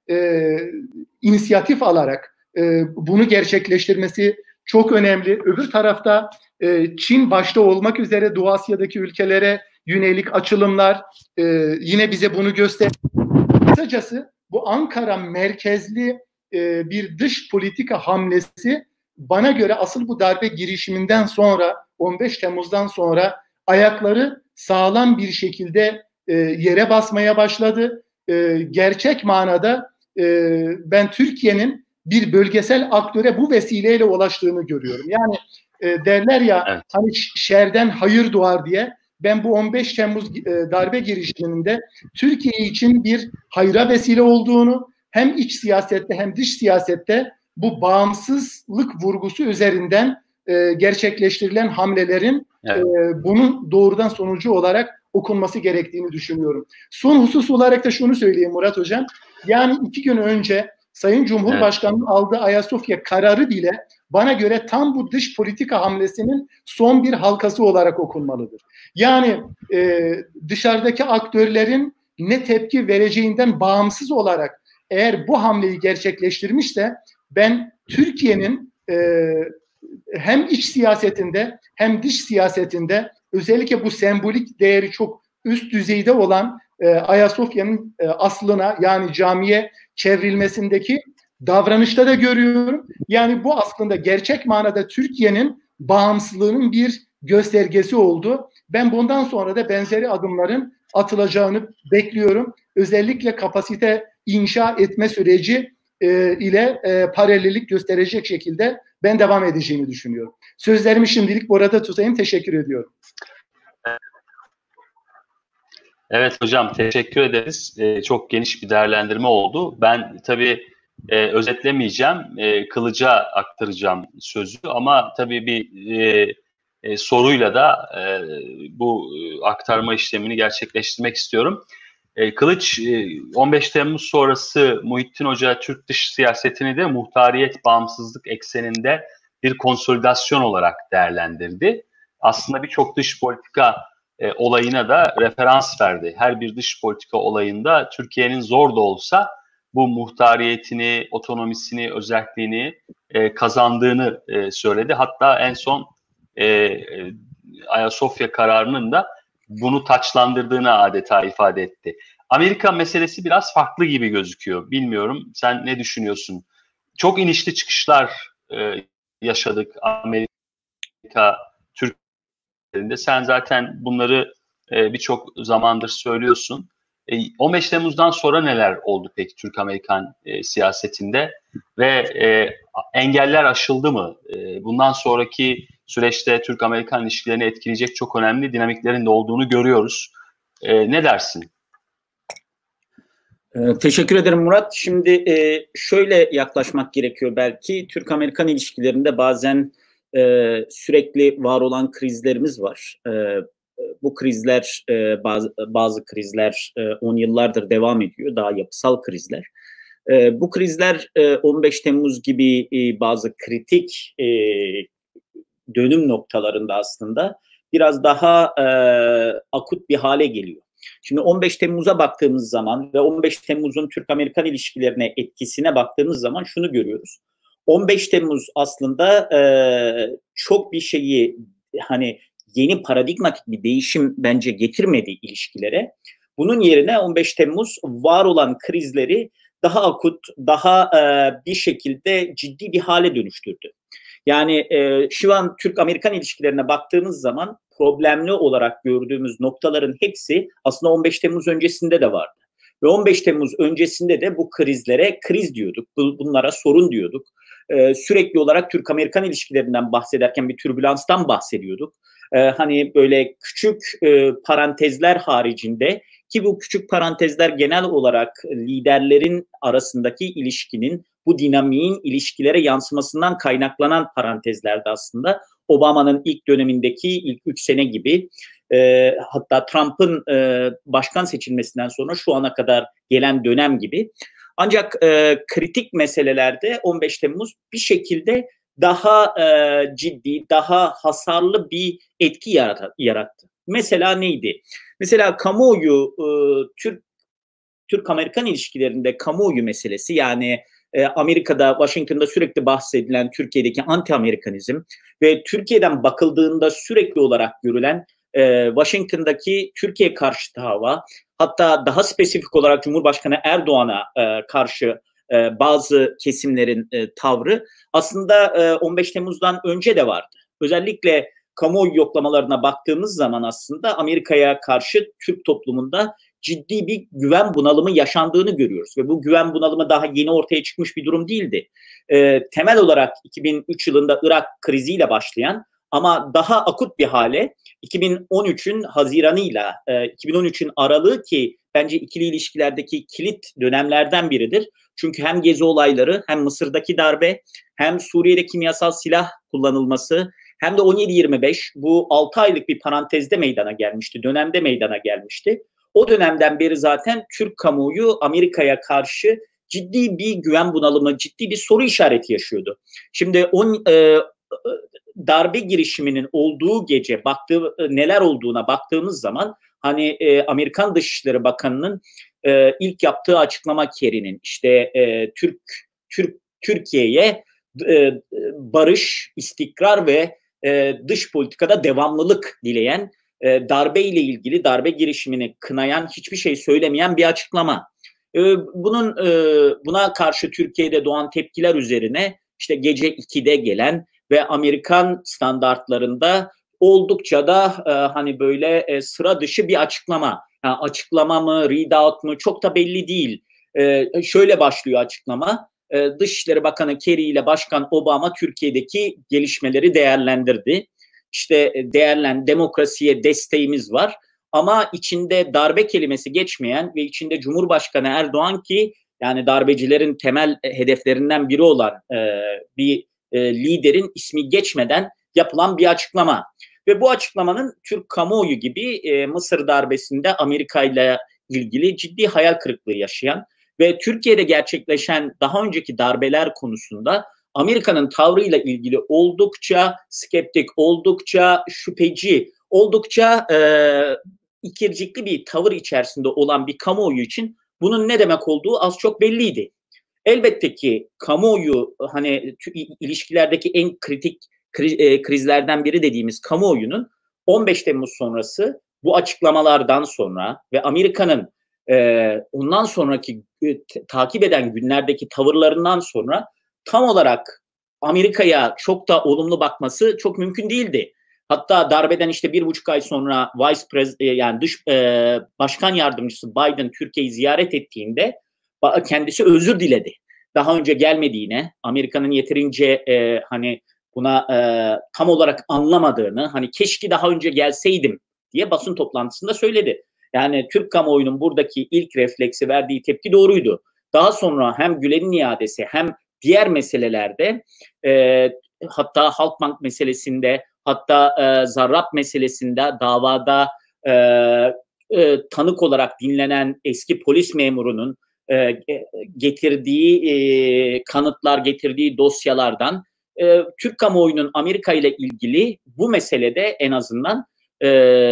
e, inisiyatif alarak e, bunu gerçekleştirmesi çok önemli. Öbür tarafta e, Çin başta olmak üzere Doğu Asya'daki ülkelere yönelik açılımlar e, yine bize bunu gösteriyor. Kısacası bu Ankara merkezli e, bir dış politika hamlesi bana göre asıl bu darbe girişiminden sonra, on beş Temmuz'dan sonra ayakları sağlam bir şekilde e, yere basmaya başladı. E, gerçek manada e, ben Türkiye'nin bir bölgesel aktöre bu vesileyle ulaştığını görüyorum. Yani e, derler ya, evet, hani şerden hayır doğar diye. Ben bu on beş Temmuz e, darbe girişiminde Türkiye için bir hayra vesile olduğunu, hem iç siyasette hem dış siyasette bu bağımsızlık vurgusu üzerinden e, gerçekleştirilen hamlelerin, evet, e, bunun doğrudan sonucu olarak okunması gerektiğini düşünüyorum. Son husus olarak da şunu söyleyeyim Murat Hocam. Yani iki gün önce Sayın Cumhurbaşkanı'nın, evet, aldığı Ayasofya kararı bile bana göre tam bu dış politika hamlesinin son bir halkası olarak okunmalıdır. Yani e, dışarıdaki aktörlerin ne tepki vereceğinden bağımsız olarak eğer bu hamleyi gerçekleştirmişse, ben Türkiye'nin e, hem iç siyasetinde hem dış siyasetinde özellikle bu sembolik değeri çok üst düzeyde olan e, Ayasofya'nın e, aslına, yani camiye çevrilmesindeki davranışta da görüyorum. Yani bu aslında gerçek manada Türkiye'nin bağımsızlığının bir göstergesi oldu. Ben bundan sonra da benzeri adımların atılacağını bekliyorum. Özellikle kapasite inşa etme süreci e, ile e, paralellik gösterecek şekilde ben devam edeceğini düşünüyorum. Sözlerimi şimdilik burada tutayım. Teşekkür ediyorum. Evet hocam, teşekkür ederiz. Ee, çok geniş bir değerlendirme oldu. Ben tabii e, özetlemeyeceğim, e, Kılıç'a aktaracağım sözü ama tabii bir e, e, soruyla da e, bu e, aktarma işlemini gerçekleştirmek istiyorum. E, Kılıç, e, on beş Temmuz sonrası Muhittin Hoca Türk dış siyasetini de muhtariyet, bağımsızlık ekseninde bir konsolidasyon olarak değerlendirdi. Aslında birçok dış politika e, olayına da referans verdi. Her bir dış politika olayında Türkiye'nin zor da olsa bu muhtariyetini, otonomisini, özelliğini e, kazandığını e, söyledi. Hatta en son e, e, Ayasofya kararının da bunu taçlandırdığını adeta ifade etti. Amerika meselesi biraz farklı gibi gözüküyor. Bilmiyorum, sen ne düşünüyorsun? Çok inişli çıkışlar e, yaşadık Amerika, Türkiye'de. Sen zaten bunları e, birçok zamandır söylüyorsun. E, on beş Temmuz'dan sonra neler oldu peki Türk-Amerikan e, siyasetinde? Ve e, engeller aşıldı mı? E, bundan sonraki süreçte Türk-Amerikan ilişkilerini etkileyecek çok önemli dinamiklerin de olduğunu görüyoruz. E, ne dersin? Ee, teşekkür ederim Murat. Şimdi e, şöyle yaklaşmak gerekiyor belki. Türk-Amerikan ilişkilerinde bazen e, sürekli var olan krizlerimiz var. E, bu krizler, e, bazı, bazı krizler e, on yıllardır devam ediyor. Daha yapısal krizler. E, bu krizler e, on beş Temmuz gibi e, bazı kritik e, dönüm noktalarında aslında biraz daha e, akut bir hale geliyor. Şimdi on beş Temmuz'a baktığımız zaman ve on beş Temmuz'un Türk-Amerikan ilişkilerine etkisine baktığımız zaman şunu görüyoruz. on beş Temmuz aslında e, çok bir şeyi, hani yeni paradigmatik bir değişim bence getirmedi ilişkilere. Bunun yerine on beş Temmuz var olan krizleri daha akut, daha e, bir şekilde ciddi bir hale dönüştürdü. Yani e, şu an Türk-Amerikan ilişkilerine baktığımız zaman problemli olarak gördüğümüz noktaların hepsi aslında on beş Temmuz öncesinde de vardı. Ve on beş Temmuz öncesinde de bu krizlere kriz diyorduk, bunlara sorun diyorduk. Ee, sürekli olarak Türk-Amerikan ilişkilerinden bahsederken bir türbülanstan bahsediyorduk. Ee, hani böyle küçük e, parantezler haricinde, ki bu küçük parantezler genel olarak liderlerin arasındaki ilişkinin, bu dinamiğin ilişkilere yansımasından kaynaklanan parantezlerdi aslında. Obama'nın ilk dönemindeki ilk üç sene gibi, e, hatta Trump'ın e, başkan seçilmesinden sonra şu ana kadar gelen dönem gibi. Ancak e, kritik meselelerde on beş Temmuz bir şekilde daha e, ciddi, daha hasarlı bir etki yarattı. Mesela neydi? Mesela kamuoyu e, Türk Türk-Amerikan ilişkilerinde kamuoyu meselesi, yani e, Amerika'da, Washington'da sürekli bahsedilen Türkiye'deki anti-Amerikanizm ve Türkiye'den bakıldığında sürekli olarak görülen e, Washington'daki Türkiye karşıtı hava, hatta daha spesifik olarak Cumhurbaşkanı Erdoğan'a e, karşı e, bazı kesimlerin e, tavrı aslında e, on beş Temmuz'dan önce de vardı. Özellikle kamuoyu yoklamalarına baktığımız zaman aslında Amerika'ya karşı Türk toplumunda ciddi bir güven bunalımı yaşandığını görüyoruz. Ve bu güven bunalımı daha yeni ortaya çıkmış bir durum değildi. E, temel olarak iki bin üç yılında Irak kriziyle başlayan ama daha akut bir hale iki bin on üçün Haziran'ıyla e, iki bin on üçün aralığı, ki bence ikili ilişkilerdeki kilit dönemlerden biridir. Çünkü hem Gezi olayları, hem Mısır'daki darbe, hem Suriye'de kimyasal silah kullanılması, hem de on yedi yirmi beş, bu altı aylık bir parantezde meydana gelmişti, dönemde meydana gelmişti. O dönemden beri zaten Türk kamuoyu Amerika'ya karşı ciddi bir güven bunalımı, ciddi bir soru işareti yaşıyordu. Şimdi on, e, darbe girişiminin olduğu gece baktığı neler olduğuna baktığımız zaman, hani e, Amerikan Dışişleri Bakanı'nın e, ilk yaptığı açıklama, Kerry'nin işte e, Türk Türk Türkiye'ye e, barış, istikrar ve e, dış politikada devamlılık dileyen, e, darbe ile ilgili, darbe girişimini kınayan, hiçbir şey söylemeyen bir açıklama. E, bunun e, buna karşı Türkiye'de doğan tepkiler üzerine işte gece ikide gelen ve Amerikan standartlarında oldukça da e, hani böyle e, sıra dışı bir açıklama. Yani açıklama mı, read out mu çok da belli değil. E, şöyle başlıyor açıklama. E, Dışişleri Bakanı Kerry ile Başkan Obama Türkiye'deki gelişmeleri değerlendirdi. İşte değerlen, demokrasiye desteğimiz var. Ama içinde darbe kelimesi geçmeyen ve içinde Cumhurbaşkanı Erdoğan, ki yani darbecilerin temel hedeflerinden biri olan e, bir e, liderin ismi geçmeden yapılan bir açıklama. Ve bu açıklamanın Türk kamuoyu gibi e, Mısır darbesinde Amerika ile ilgili ciddi hayal kırıklığı yaşayan ve Türkiye'de gerçekleşen daha önceki darbeler konusunda Amerika'nın tavrıyla ilgili oldukça skeptik, oldukça şüpheci, oldukça e, ikircikli bir tavır içerisinde olan bir kamuoyu için bunun ne demek olduğu az çok belliydi. Elbette ki kamuoyu, hani ilişkilerdeki en kritik krizlerden biri dediğimiz kamuoyunun on beş Temmuz sonrası bu açıklamalardan sonra ve Amerika'nın e, ondan sonraki e, takip eden günlerdeki tavırlarından sonra tam olarak Amerika'ya çok da olumlu bakması çok mümkün değildi. Hatta darbeden işte bir buçuk ay sonra Vice President, yani dış e, başkan yardımcısı Biden Türkiye'yi ziyaret ettiğinde kendisi özür diledi. Daha önce gelmediğine, Amerika'nın yeterince e, hani buna e, tam olarak anlamadığını, hani keşke daha önce gelseydim diye basın toplantısında söyledi. Yani Türk kamuoyunun buradaki ilk refleksi, verdiği tepki doğruydu. Daha sonra hem Gülen'in iadesi hem diğer meselelerde, e, hatta Halkbank meselesinde, hatta e, Zarrab meselesinde davada e, e, tanık olarak dinlenen eski polis memurunun e, getirdiği e, kanıtlar, getirdiği dosyalardan e, Türk kamuoyunun Amerika ile ilgili bu meselede en azından e,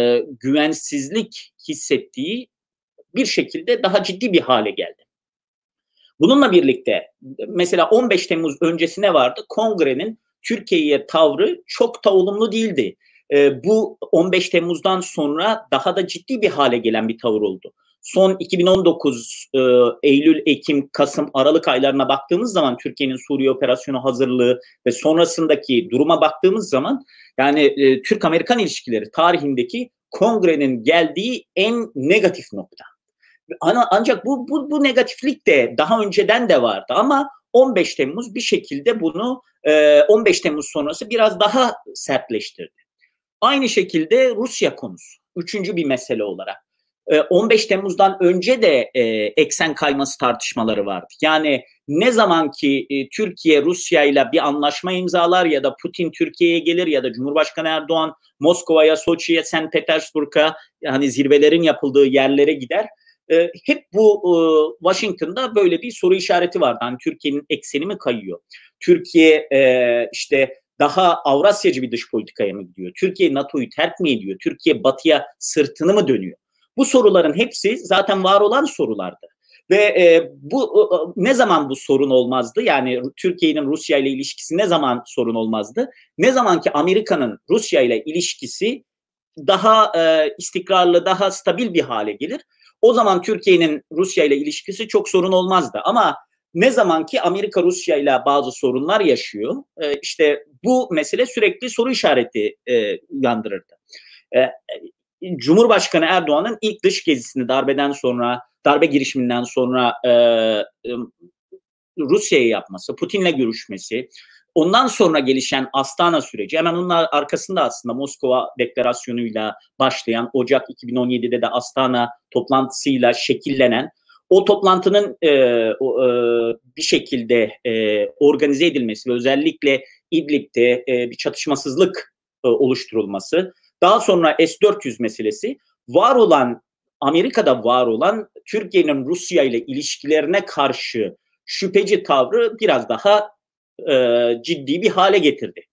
güvensizlik hissettiği bir şekilde daha ciddi bir hale geldi. Bununla birlikte mesela on beş Temmuz öncesi ne vardı? Kongrenin Türkiye'ye tavrı çok da olumlu değildi. E, bu on beş Temmuz'dan sonra daha da ciddi bir hale gelen bir tavır oldu. Son iki bin on dokuz e, Eylül, Ekim, Kasım, Aralık aylarına baktığımız zaman Türkiye'nin Suriye operasyonu hazırlığı ve sonrasındaki duruma baktığımız zaman yani e, Türk-Amerikan ilişkileri tarihindeki Kongrenin geldiği en negatif nokta. Ancak bu, bu, bu negatiflik de daha önceden de vardı ama on beş Temmuz bir şekilde bunu e, on beş Temmuz sonrası biraz daha sertleştirdi. Aynı şekilde Rusya konusu. Üçüncü bir mesele olarak. on beş Temmuz'dan önce de e, eksen kayması tartışmaları vardı. Yani ne zaman ki e, Türkiye Rusya ile bir anlaşma imzalar ya da Putin Türkiye'ye gelir ya da Cumhurbaşkanı Erdoğan Moskova'ya, Soçi'ye, Saint Petersburg'a, yani zirvelerin yapıldığı yerlere gider. E, hep bu e, Washington'da böyle bir soru işareti vardı. Hani Türkiye'nin ekseni mi kayıyor? Türkiye e, işte daha Avrasyacı bir dış politikaya mı gidiyor? Türkiye NATO'yu terk mi ediyor? Türkiye Batı'ya sırtını mı dönüyor? Bu soruların hepsi zaten var olan sorulardı. Ve e, bu ne zaman bu sorun olmazdı? Yani Türkiye'nin Rusya ile ilişkisi ne zaman sorun olmazdı? Ne zaman ki Amerika'nın Rusya ile ilişkisi daha e, istikrarlı, daha stabil bir hale gelir, o zaman Türkiye'nin Rusya ile ilişkisi çok sorun olmazdı. Ama ne zaman ki Amerika Rusya ile bazı sorunlar yaşıyor, e, işte bu mesele sürekli soru işareti e, uyandırırdı. E, Cumhurbaşkanı Erdoğan'ın ilk dış gezisini darbeden sonra, darbe girişiminden sonra e, e, Rusya'ya yapması, Putin'le görüşmesi, ondan sonra gelişen Astana süreci, hemen onun arkasında aslında Moskova deklarasyonuyla başlayan, Ocak iki bin on yedide de Astana toplantısıyla şekillenen, o toplantının e, o, e, bir şekilde e, organize edilmesi ve özellikle İdlib'de e, bir çatışmasızlık e, oluşturulması, daha sonra S dört yüz meselesi, var olan, Amerika'da var olan Türkiye'nin Rusya ile ilişkilerine karşı şüpheci tavrı biraz daha e, ciddi bir hale getirdi.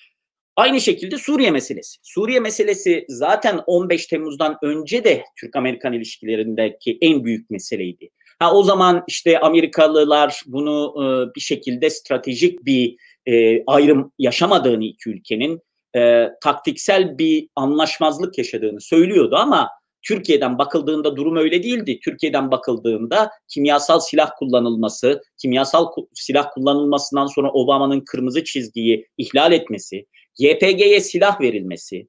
Aynı şekilde Suriye meselesi. Suriye meselesi zaten on beş Temmuz'dan önce de Türk-Amerikan ilişkilerindeki en büyük meseleydi. Ha, o zaman işte Amerikalılar bunu e, bir şekilde stratejik bir e, ayrım yaşamadığını, iki ülkenin e, taktiksel bir anlaşmazlık yaşadığını söylüyordu ama Türkiye'den bakıldığında durum öyle değildi. Türkiye'den bakıldığında kimyasal silah kullanılması, kimyasal ku- silah kullanılmasından sonra Obama'nın kırmızı çizgiyi ihlal etmesi, Y P G'ye silah verilmesi,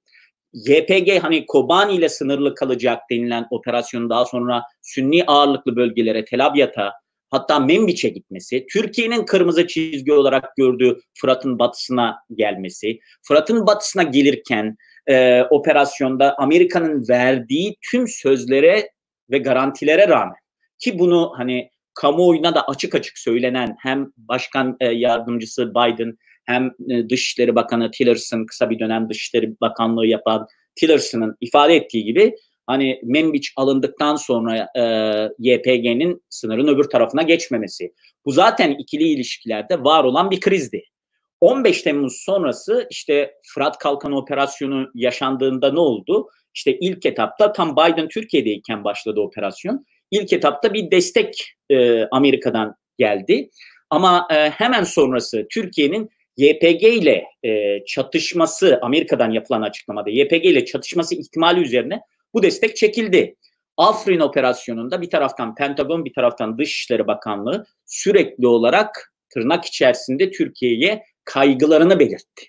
Y P G hani Kobani ile sınırlı kalacak denilen operasyonun daha sonra Sünni ağırlıklı bölgelere, Tel Abyad'a, hatta Menbiç'e gitmesi, Türkiye'nin kırmızı çizgi olarak gördüğü Fırat'ın batısına gelmesi, Fırat'ın batısına gelirken e, operasyonda Amerika'nın verdiği tüm sözlere ve garantilere rağmen, ki bunu hani kamuoyuna da açık açık söylenen hem Başkan e, Yardımcısı Biden hem e, Dışişleri Bakanı Tillerson, kısa bir dönem Dışişleri Bakanlığı yapan Tillerson'ın ifade ettiği gibi, hani Menbiç alındıktan sonra e, Y P G'nin sınırın öbür tarafına geçmemesi. Bu zaten ikili ilişkilerde var olan bir krizdi. on beş Temmuz sonrası işte Fırat Kalkanı operasyonu yaşandığında ne oldu? İşte ilk etapta tam Biden Türkiye'deyken başladı operasyon. İlk etapta bir destek e, Amerika'dan geldi. Ama e, hemen sonrası Türkiye'nin Y P G ile e, çatışması, Amerika'dan yapılan açıklamada Y P G ile çatışması ihtimali üzerine bu destek çekildi. Afrin operasyonunda bir taraftan Pentagon, bir taraftan Dışişleri Bakanlığı sürekli olarak tırnak içerisinde Türkiye'ye kaygılarını belirtti.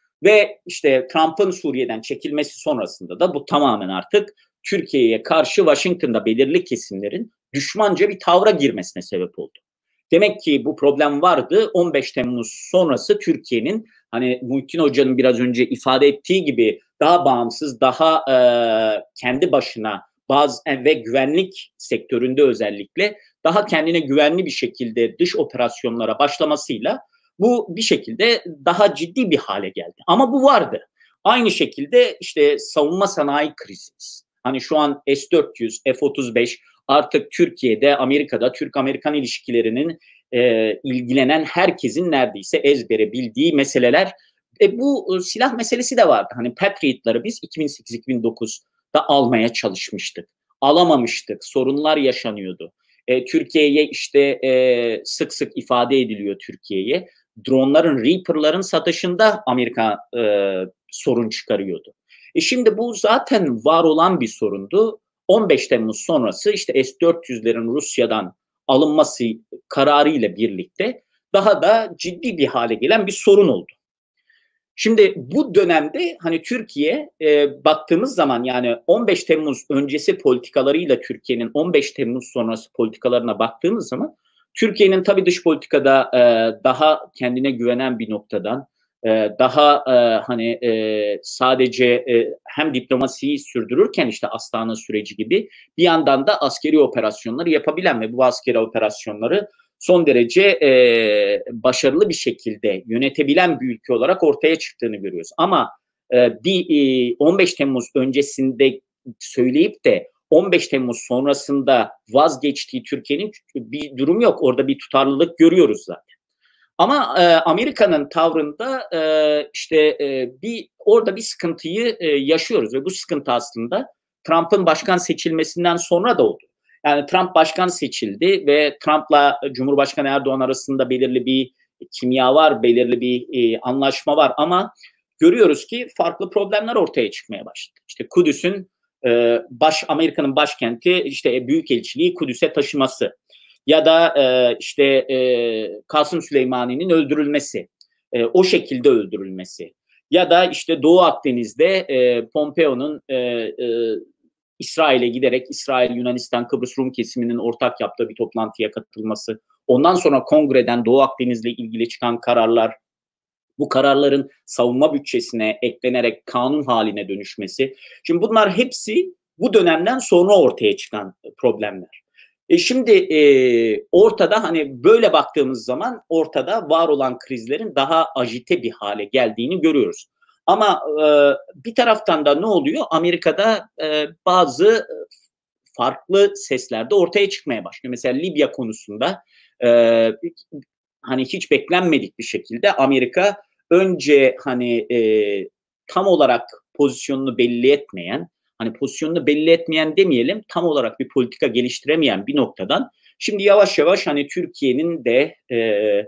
Ve işte Trump'ın Suriye'den çekilmesi sonrasında da bu tamamen artık Türkiye'ye karşı Washington'da belirli kesimlerin düşmanca bir tavra girmesine sebep oldu. Demek ki bu problem vardı. on beş Temmuz sonrası Türkiye'nin, hani Muhittin Hoca'nın biraz önce ifade ettiği gibi, daha bağımsız, daha e, kendi başına bazı ve güvenlik sektöründe özellikle daha kendine güvenli bir şekilde dış operasyonlara başlamasıyla bu bir şekilde daha ciddi bir hale geldi. Ama bu vardı. Aynı şekilde işte savunma sanayi krizi. Hani şu an S dört yüz, F otuz beş artık Türkiye'de, Amerika'da Türk-Amerikan ilişkilerinin e, ilgilenen herkesin neredeyse ezbere bildiği meseleler. E, bu e, silah meselesi de vardı. Hani Patriot'ları biz iki bin sekiz iki bin dokuzda almaya çalışmıştık. Alamamıştık. Sorunlar yaşanıyordu. E, Türkiye'ye işte e, sık sık ifade ediliyor Türkiye'ye. Dronların, Reaper'ların satışında Amerika e, sorun çıkarıyordu. E şimdi bu zaten var olan bir sorundu. on beş Temmuz sonrası işte S dört yüzlerin Rusya'dan alınması kararı ile birlikte daha da ciddi bir hale gelen bir sorun oldu. Şimdi bu dönemde hani Türkiye e, baktığımız zaman, yani on beş Temmuz öncesi politikalarıyla Türkiye'nin on beş Temmuz sonrası politikalarına baktığımız zaman, Türkiye'nin tabii dış politikada e, daha kendine güvenen bir noktadan, e, daha e, hani e, sadece e, hem diplomasiyi sürdürürken işte Astana süreci gibi, bir yandan da askeri operasyonları yapabilen ve bu askeri operasyonları son derece e, başarılı bir şekilde yönetebilen bir ülke olarak ortaya çıktığını görüyoruz. Ama e, bir e, on beş Temmuz öncesinde söyleyip de on beş Temmuz sonrasında vazgeçtiği Türkiye'nin bir durum yok. Orada bir tutarlılık görüyoruz zaten. Ama e, Amerika'nın tavrında e, işte e, bir orada bir sıkıntıyı e, yaşıyoruz ve bu sıkıntı aslında Trump'ın başkan seçilmesinden sonra da oldu. Yani Trump başkan seçildi ve Trump'la Cumhurbaşkanı Erdoğan arasında belirli bir kimya var, belirli bir e, anlaşma var ama görüyoruz ki farklı problemler ortaya çıkmaya başladı. İşte Kudüs'ün e, baş Amerika'nın başkenti işte büyükelçiliği Kudüs'e taşıması ya da e, işte e, Kasım Süleymanî'nin öldürülmesi, e, o şekilde öldürülmesi ya da işte Doğu Akdeniz'de e, Pompeo'nun e, e, İsrail'e giderek İsrail, Yunanistan, Kıbrıs Rum kesiminin ortak yaptığı bir toplantıya katılması, ondan sonra kongreden Doğu Akdeniz'le ilgili çıkan kararlar, bu kararların savunma bütçesine eklenerek kanun haline dönüşmesi. Şimdi bunlar hepsi bu dönemden sonra ortaya çıkan problemler. E şimdi e, ortada hani böyle baktığımız zaman ortada var olan krizlerin daha ajite bir hale geldiğini görüyoruz. Ama e, bir taraftan da ne oluyor? Amerika'da e, bazı farklı sesler de ortaya çıkmaya başlıyor. Mesela Libya konusunda e, hani hiç beklenmedik bir şekilde Amerika önce hani e, tam olarak pozisyonunu belli etmeyen, hani pozisyonunu belli etmeyen demeyelim, tam olarak bir politika geliştiremeyen bir noktadan şimdi yavaş yavaş hani Türkiye'nin de e, e,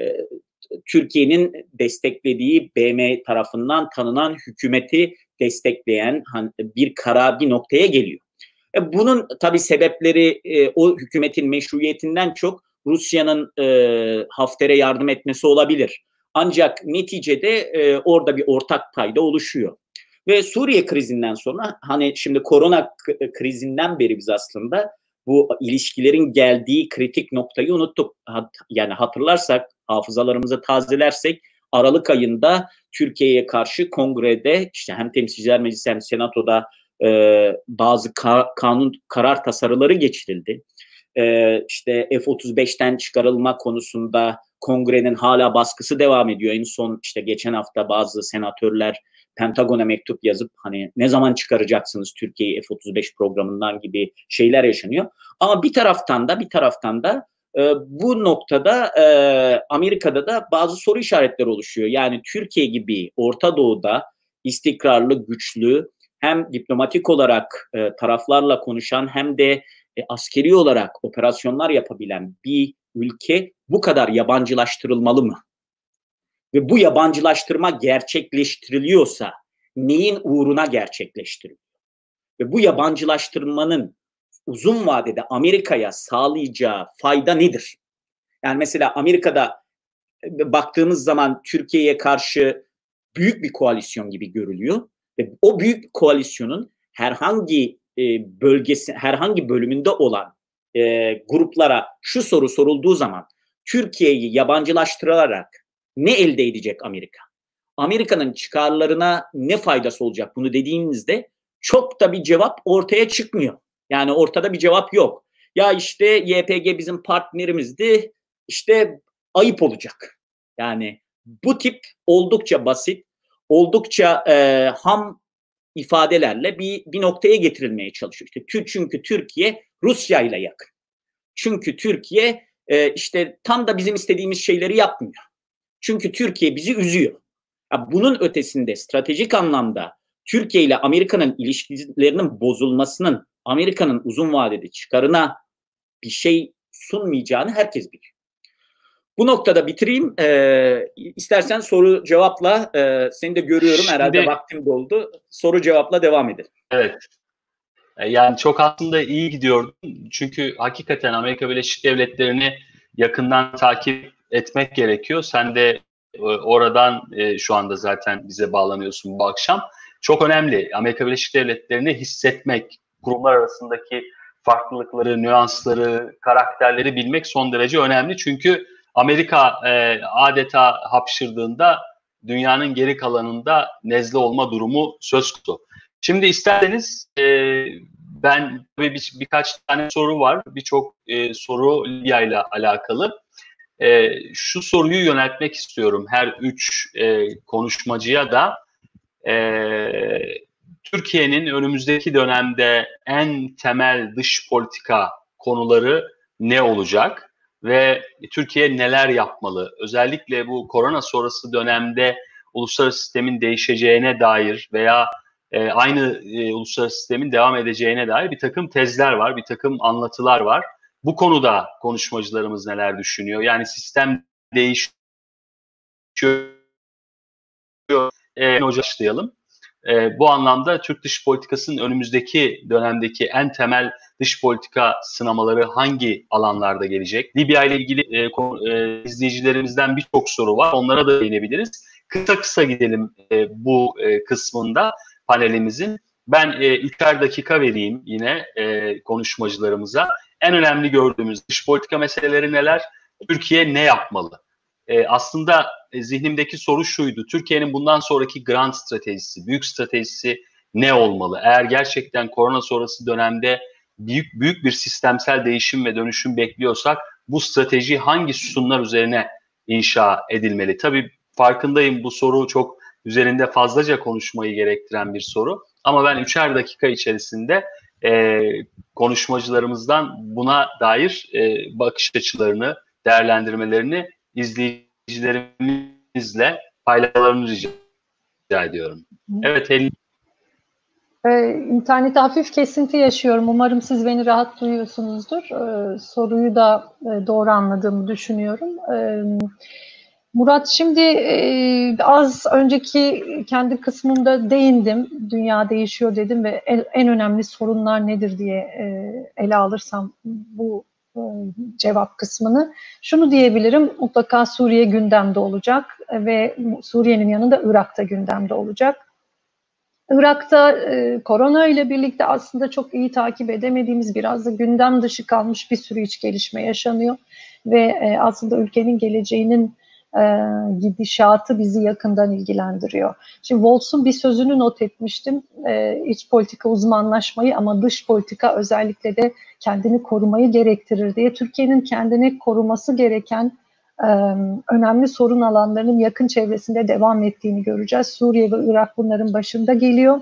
Türkiye'nin desteklediği B M tarafından tanınan hükümeti destekleyen hani bir karar bir noktaya geliyor. E, bunun tabii sebepleri e, o hükümetin meşruiyetinden çok Rusya'nın e, Hafter'e yardım etmesi olabilir. Ancak neticede e, orada bir ortak payda oluşuyor. Ve Suriye krizinden sonra hani şimdi korona krizinden beri biz aslında bu ilişkilerin geldiği kritik noktayı unuttuk. Yani hatırlarsak, hafızalarımızı tazelersek Aralık ayında Türkiye'ye karşı kongrede işte hem Temsilciler Meclisi hem Senato'da e, bazı ka- kanun karar tasarıları geçirildi. E, işte F otuz beşten çıkarılma konusunda kongrenin hala baskısı devam ediyor. En son işte geçen hafta bazı senatörler Pentagon'a mektup yazıp hani ne zaman çıkaracaksınız Türkiye'yi F otuz beş programından gibi şeyler yaşanıyor. Ama bir taraftan da bir taraftan da e, bu noktada e, Amerika'da da bazı soru işaretleri oluşuyor. Yani Türkiye gibi Orta Doğu'da istikrarlı, güçlü, hem diplomatik olarak e, taraflarla konuşan hem de e, askeri olarak operasyonlar yapabilen bir ülke bu kadar yabancılaştırılmalı mı? Ve bu yabancılaştırma gerçekleştiriliyorsa neyin uğruna gerçekleştiriliyor? Ve bu yabancılaştırmanın uzun vadede Amerika'ya sağlayacağı fayda nedir? Yani mesela Amerika'da baktığımız zaman Türkiye'ye karşı büyük bir koalisyon gibi görülüyor. Ve o büyük koalisyonun herhangi e, bölgesi, herhangi bölümünde olan e, gruplara şu soru sorulduğu zaman Türkiye'yi yabancılaştırarak ne elde edecek Amerika? Amerika'nın çıkarlarına ne faydası olacak bunu dediğinizde çok da bir cevap ortaya çıkmıyor. Yani ortada bir cevap yok. Ya işte Y P G bizim partnerimizdi, işte ayıp olacak. Yani bu tip oldukça basit, oldukça e, ham ifadelerle bir, bir noktaya getirilmeye çalışıyor. İşte, çünkü Türkiye Rusya ile yakın. Çünkü Türkiye e, işte tam da bizim istediğimiz şeyleri yapmıyor. Çünkü Türkiye bizi üzüyor. Ya bunun ötesinde stratejik anlamda Türkiye ile Amerika'nın ilişkilerinin bozulmasının Amerika'nın uzun vadede çıkarına bir şey sunmayacağını herkes biliyor. Bu noktada bitireyim. Ee, istersen soru cevapla, e, seni de görüyorum. Şimdi, herhalde vaktim doldu. Soru cevapla devam edelim. Evet. Yani çok aslında iyi gidiyordun. Çünkü hakikaten Amerika Birleşik Devletleri'ni yakından takip etmek gerekiyor. Sen de oradan şu anda zaten bize bağlanıyorsun bu akşam. Çok önemli. Amerika Birleşik Devletleri'ni hissetmek, kurumlar arasındaki farklılıkları, nüansları, karakterleri bilmek son derece önemli. Çünkü Amerika e, adeta hapşırdığında dünyanın geri kalanında nezle olma durumu söz konusu. Şimdi isterseniz e, ben bir, birkaç tane soru var. Birçok e, soru Libya ile alakalı. E, şu soruyu yöneltmek istiyorum her üç e, konuşmacıya da. E, Türkiye'nin önümüzdeki dönemde en temel dış politika konuları ne olacak? Ve Türkiye neler yapmalı? Özellikle bu korona sonrası dönemde uluslararası sistemin değişeceğine dair veya e, aynı e, uluslararası sistemin devam edeceğine dair bir takım tezler var, bir takım anlatılar var. Bu konuda konuşmacılarımız neler düşünüyor? Yani sistem değişiyor. E, hoca başlayalım. E, bu anlamda Türk dış politikasının önümüzdeki dönemdeki en temel dış politika sınamaları hangi alanlarda gelecek? Libya ile ilgili e, e, izleyicilerimizden birçok soru var. Onlara da değinebiliriz. Kısa kısa gidelim e, bu e, kısmında panelimizin. Ben e, üçer dakika vereyim yine e, konuşmacılarımıza. En önemli gördüğümüz dış politika meseleleri neler? Türkiye ne yapmalı? E, aslında e, zihnimdeki soru şuydu. Türkiye'nin bundan sonraki grand stratejisi, büyük stratejisi ne olmalı? Eğer gerçekten korona sonrası dönemde büyük büyük bir sistemsel değişim ve dönüşüm bekliyorsak bu strateji hangi sütunlar üzerine inşa edilmeli? Tabii farkındayım, bu soru çok üzerinde fazlaca konuşmayı gerektiren bir soru. Ama ben üçer dakika içerisinde e, konuşmacılarımızdan buna dair e, bakış açılarını, değerlendirmelerini izleyicilerimizle paylaşmalarını rica ediyorum. Evet, Helin. Ee, İnternette hafif kesinti yaşıyorum. Umarım siz beni rahat duyuyorsunuzdur. Ee, soruyu da e, doğru anladığımı düşünüyorum. Ee, Murat, şimdi e, az önceki kendi kısmımda değindim. Dünya değişiyor dedim ve en, en önemli sorunlar nedir diye e, ele alırsam bu e, cevap kısmını. Şunu diyebilirim, mutlaka Suriye gündemde olacak ve Suriye'nin yanında Irak'ta gündemde olacak. Irak'ta e, korona ile birlikte aslında çok iyi takip edemediğimiz, biraz da gündem dışı kalmış bir sürü iç gelişme yaşanıyor. Ve e, aslında ülkenin geleceğinin e, gidişatı bizi yakından ilgilendiriyor. Şimdi Volz'un bir sözünü not etmiştim. E, iç politika uzmanlaşmayı ama dış politika özellikle de kendini korumayı gerektirir diye. Türkiye'nin kendini koruması gereken önemli sorun alanlarının yakın çevresinde devam ettiğini göreceğiz. Suriye ve Irak bunların başında geliyor.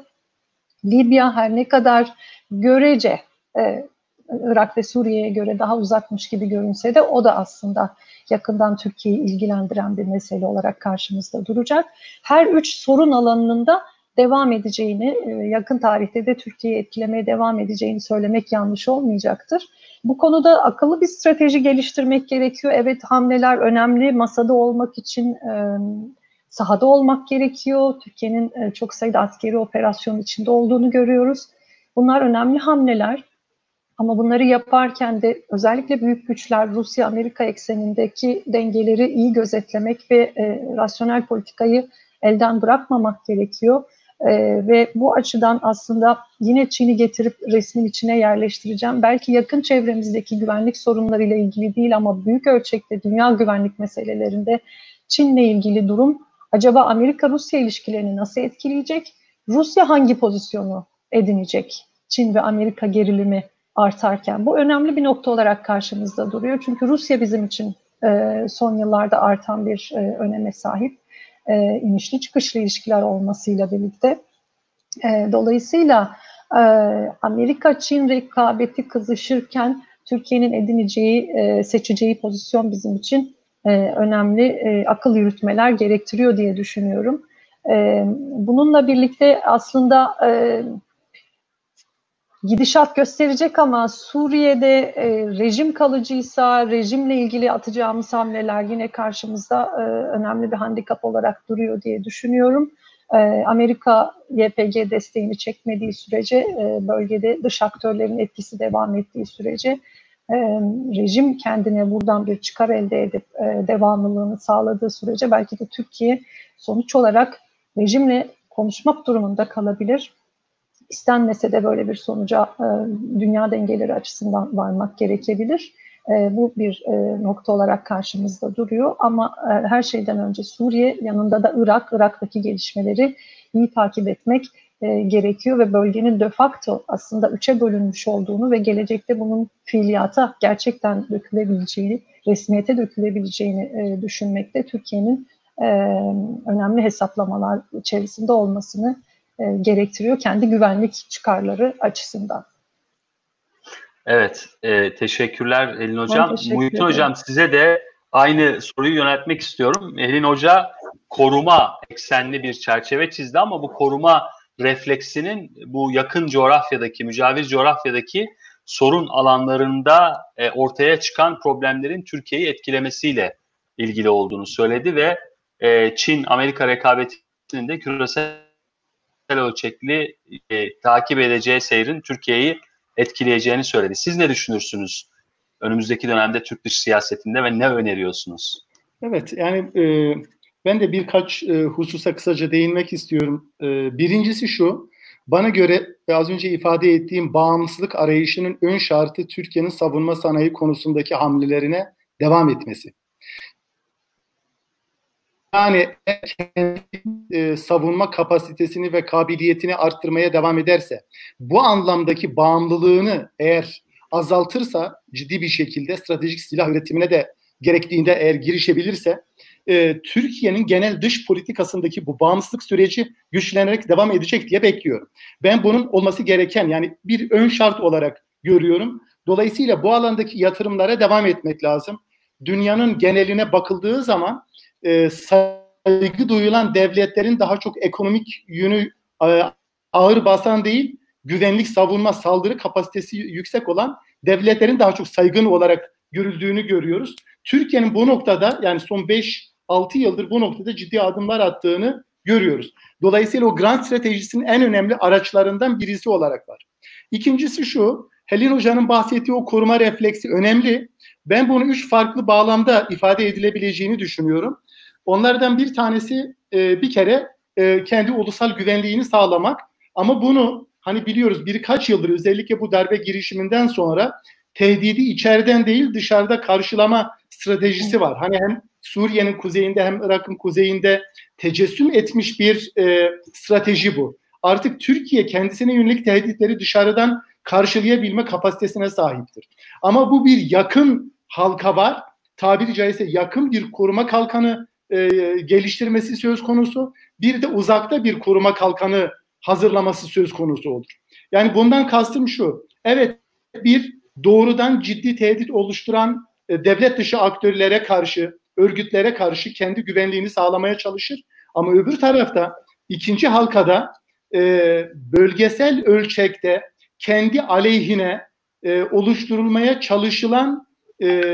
Libya her ne kadar görece e, Irak ve Suriye'ye göre daha uzakmış gibi görünse de o da aslında yakından Türkiye'yi ilgilendiren bir mesele olarak karşımızda duracak. Her üç sorun alanının da devam edeceğini, yakın tarihte de Türkiye'yi etkilemeye devam edeceğini söylemek yanlış olmayacaktır. Bu konuda akıllı bir strateji geliştirmek gerekiyor. Evet, hamleler önemli. Masada olmak için e, sahada olmak gerekiyor. Türkiye'nin e, çok sayıda askeri operasyon içinde olduğunu görüyoruz. Bunlar önemli hamleler. Ama bunları yaparken de özellikle büyük güçler, Rusya, Amerika eksenindeki dengeleri iyi gözetlemek ve e, rasyonel politikayı elden bırakmamak gerekiyor. Ee, ve bu açıdan aslında yine Çin'i getirip resmin içine yerleştireceğim. Belki yakın çevremizdeki güvenlik sorunlarıyla ilgili değil ama büyük ölçekte dünya güvenlik meselelerinde Çin'le ilgili durum acaba Amerika-Rusya ilişkilerini nasıl etkileyecek? Rusya hangi pozisyonu edinecek? Çin ve Amerika gerilimi artarken. Bu önemli bir nokta olarak karşımızda duruyor. Çünkü Rusya bizim için e, son yıllarda artan bir e, öneme sahip. E, inişli çıkışlı ilişkiler olmasıyla birlikte. E, dolayısıyla e, Amerika-Çin rekabeti kızışırken Türkiye'nin edineceği, e, seçeceği pozisyon bizim için e, önemli e, akıl yürütmeler gerektiriyor diye düşünüyorum. E, bununla birlikte aslında e, gidişat gösterecek ama Suriye'de e, rejim kalıcıysa rejimle ilgili atacağımız hamleler yine karşımızda e, önemli bir handikap olarak duruyor diye düşünüyorum. E, Amerika Y P G desteğini çekmediği sürece, e, bölgede dış aktörlerin etkisi devam ettiği sürece e, rejim kendine buradan bir çıkar elde edip e, devamlılığını sağladığı sürece belki de Türkiye sonuç olarak rejimle konuşmak durumunda kalabilir. İstenmese de böyle bir sonuca e, dünya dengeleri açısından varmak gerekebilir. E, bu bir e, nokta olarak karşımızda duruyor. Ama e, her şeyden önce Suriye, yanında da Irak, Irak'taki gelişmeleri iyi takip etmek e, gerekiyor ve bölgenin de facto aslında üçe bölünmüş olduğunu ve gelecekte bunun fiiliyata gerçekten dökülebileceğini, resmiyete dökülebileceğini e, düşünmekte Türkiye'nin e, önemli hesaplamalar içerisinde olmasını E, gerektiriyor kendi güvenlik çıkarları açısından. Evet, e, teşekkürler Helin Hocam. Muhittin Hocam, size de aynı soruyu yöneltmek istiyorum. Helin Hoca koruma eksenli bir çerçeve çizdi ama bu koruma refleksinin bu yakın coğrafyadaki, mücavir coğrafyadaki sorun alanlarında e, ortaya çıkan problemlerin Türkiye'yi etkilemesiyle ilgili olduğunu söyledi ve e, Çin-Amerika rekabetinin de küresel ölçekli e, takip edeceği seyrin Türkiye'yi etkileyeceğini söyledi. Siz ne düşünürsünüz önümüzdeki dönemde Türk dış siyasetinde ve ne öneriyorsunuz? Evet, yani e, ben de birkaç e, hususa kısaca değinmek istiyorum. E, birincisi şu, bana göre az önce ifade ettiğim bağımsızlık arayışının ön şartı Türkiye'nin savunma sanayi konusundaki hamlelerine devam etmesi. Yani kendi e, savunma kapasitesini ve kabiliyetini arttırmaya devam ederse, bu anlamdaki bağımlılığını eğer azaltırsa, ciddi bir şekilde stratejik silah üretimine de gerektiğinde eğer girişebilirse, e, Türkiye'nin genel dış politikasındaki bu bağımsızlık süreci güçlenerek devam edecek diye bekliyorum. Ben bunun olması gereken, yani bir ön şart olarak görüyorum. Dolayısıyla bu alandaki yatırımlara devam etmek lazım. Dünyanın geneline bakıldığı zaman e, saygı duyulan devletlerin daha çok ekonomik yönü e, ağır basan değil, güvenlik, savunma, saldırı kapasitesi yüksek olan devletlerin daha çok saygın olarak görüldüğünü görüyoruz. Türkiye'nin bu noktada, yani son beş altı yıldır bu noktada ciddi adımlar attığını görüyoruz. Dolayısıyla o Grand Stratejisi'nin en önemli araçlarından birisi olarak var. İkincisi şu, Helin Hoca'nın bahsettiği o koruma refleksi önemli. Ben bunu üç farklı bağlamda ifade edilebileceğini düşünüyorum. Onlardan bir tanesi e, bir kere e, kendi ulusal güvenliğini sağlamak. Ama bunu hani biliyoruz birkaç yıldır, özellikle bu darbe girişiminden sonra tehdidi içeriden değil dışarıda karşılama stratejisi var. Hani hem Suriye'nin kuzeyinde hem Irak'ın kuzeyinde tecessüm etmiş bir e, strateji bu. Artık Türkiye kendisine yönelik tehditleri dışarıdan karşılayabilme kapasitesine sahiptir. Ama bu bir yakın halka var. Tabiri caizse yakın bir koruma kalkanı e, geliştirmesi söz konusu. Bir de uzakta bir koruma kalkanı hazırlaması söz konusu olur. Yani bundan kastım şu. Evet, bir doğrudan ciddi tehdit oluşturan e, devlet dışı aktörlere karşı, örgütlere karşı kendi güvenliğini sağlamaya çalışır. Ama öbür tarafta ikinci halkada e, bölgesel ölçekte kendi aleyhine e, oluşturulmaya çalışılan e,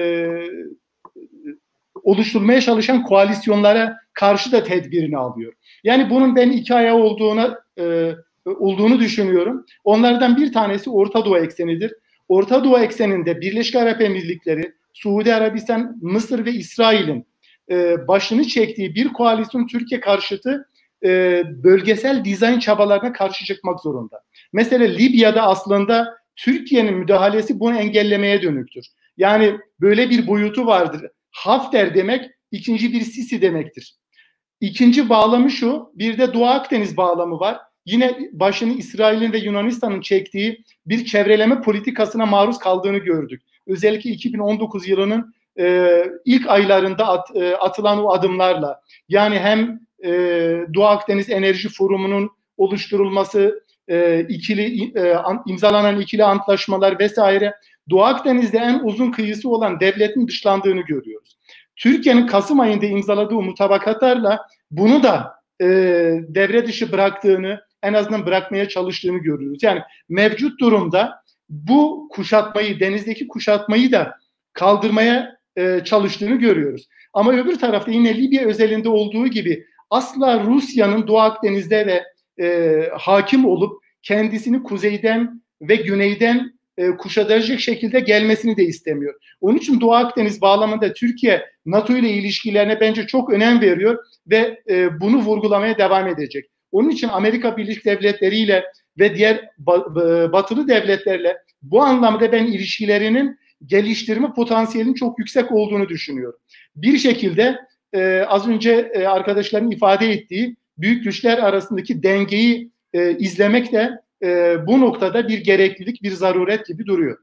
oluşturmaya çalışan koalisyonlara karşı da tedbirini alıyor. Yani bunun ben iki ayağı olduğuna e, olduğunu düşünüyorum. Onlardan bir tanesi Orta Doğu eksenidir. Orta Doğu ekseninde Birleşik Arap Emirlikleri, Suudi Arabistan, Mısır ve İsrail'in e, başını çektiği bir koalisyon Türkiye karşıtı e, bölgesel dizayn çabalarına karşı çıkmak zorunda. Mesela Libya'da aslında Türkiye'nin müdahalesi bunu engellemeye dönüktür. Yani böyle bir boyutu vardır. Hafter demek ikinci bir Sisi demektir. İkinci bağlamı şu, bir de Doğu Akdeniz bağlamı var. Yine başını İsrail'in ve Yunanistan'ın çektiği bir çevreleme politikasına maruz kaldığını gördük. Özellikle iki bin on dokuz yılının e, ilk aylarında at, e, atılan o adımlarla. Yani hem e, Doğu Akdeniz Enerji Forumu'nun oluşturulması, e, ikili e, imzalanan ikili antlaşmalar vesaire. Doğu Akdeniz'de en uzun kıyısı olan devletin dışlandığını görüyoruz. Türkiye'nin Kasım ayında imzaladığı mutabakatlarla bunu da e, devre dışı bıraktığını, en azından bırakmaya çalıştığını görüyoruz. Yani mevcut durumda bu kuşatmayı, denizdeki kuşatmayı da kaldırmaya e, çalıştığını görüyoruz. Ama öbür tarafta yine Libya özelinde olduğu gibi asla Rusya'nın Doğu Akdeniz'de ve e, hakim olup kendisini kuzeyden ve güneyden e, kuşatacak şekilde gelmesini de istemiyor. Onun için Doğu Akdeniz bağlamında Türkiye NATO ile ilişkilerine bence çok önem veriyor ve e, bunu vurgulamaya devam edecek. Onun için Amerika Birleşik Devletleri ile ve diğer batılı devletlerle bu anlamda ben ilişkilerinin geliştirme potansiyelinin çok yüksek olduğunu düşünüyorum. Bir şekilde e, az önce e, arkadaşların ifade ettiği büyük güçler arasındaki dengeyi e, izlemek de e, bu noktada bir gereklilik, bir zaruret gibi duruyor.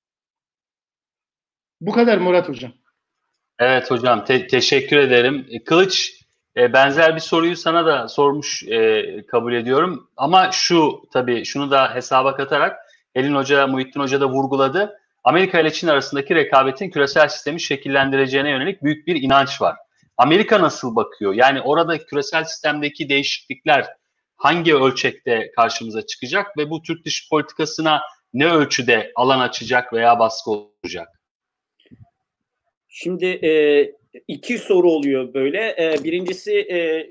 Bu kadar Murat Hocam. Evet hocam, te- teşekkür ederim. Kılıç, e, benzer bir soruyu sana da sormuş e, kabul ediyorum. Ama şu, tabii şunu da hesaba katarak Helin Hoca, Muhittin Hoca da vurguladı. Amerika ile Çin arasındaki rekabetin küresel sistemi şekillendireceğine yönelik büyük bir inanç var. Amerika nasıl bakıyor? Yani orada küresel sistemdeki değişiklikler hangi ölçekte karşımıza çıkacak ve bu Türk dış politikasına ne ölçüde alan açacak veya baskı olacak? Şimdi e, iki soru oluyor böyle. E, birincisi e,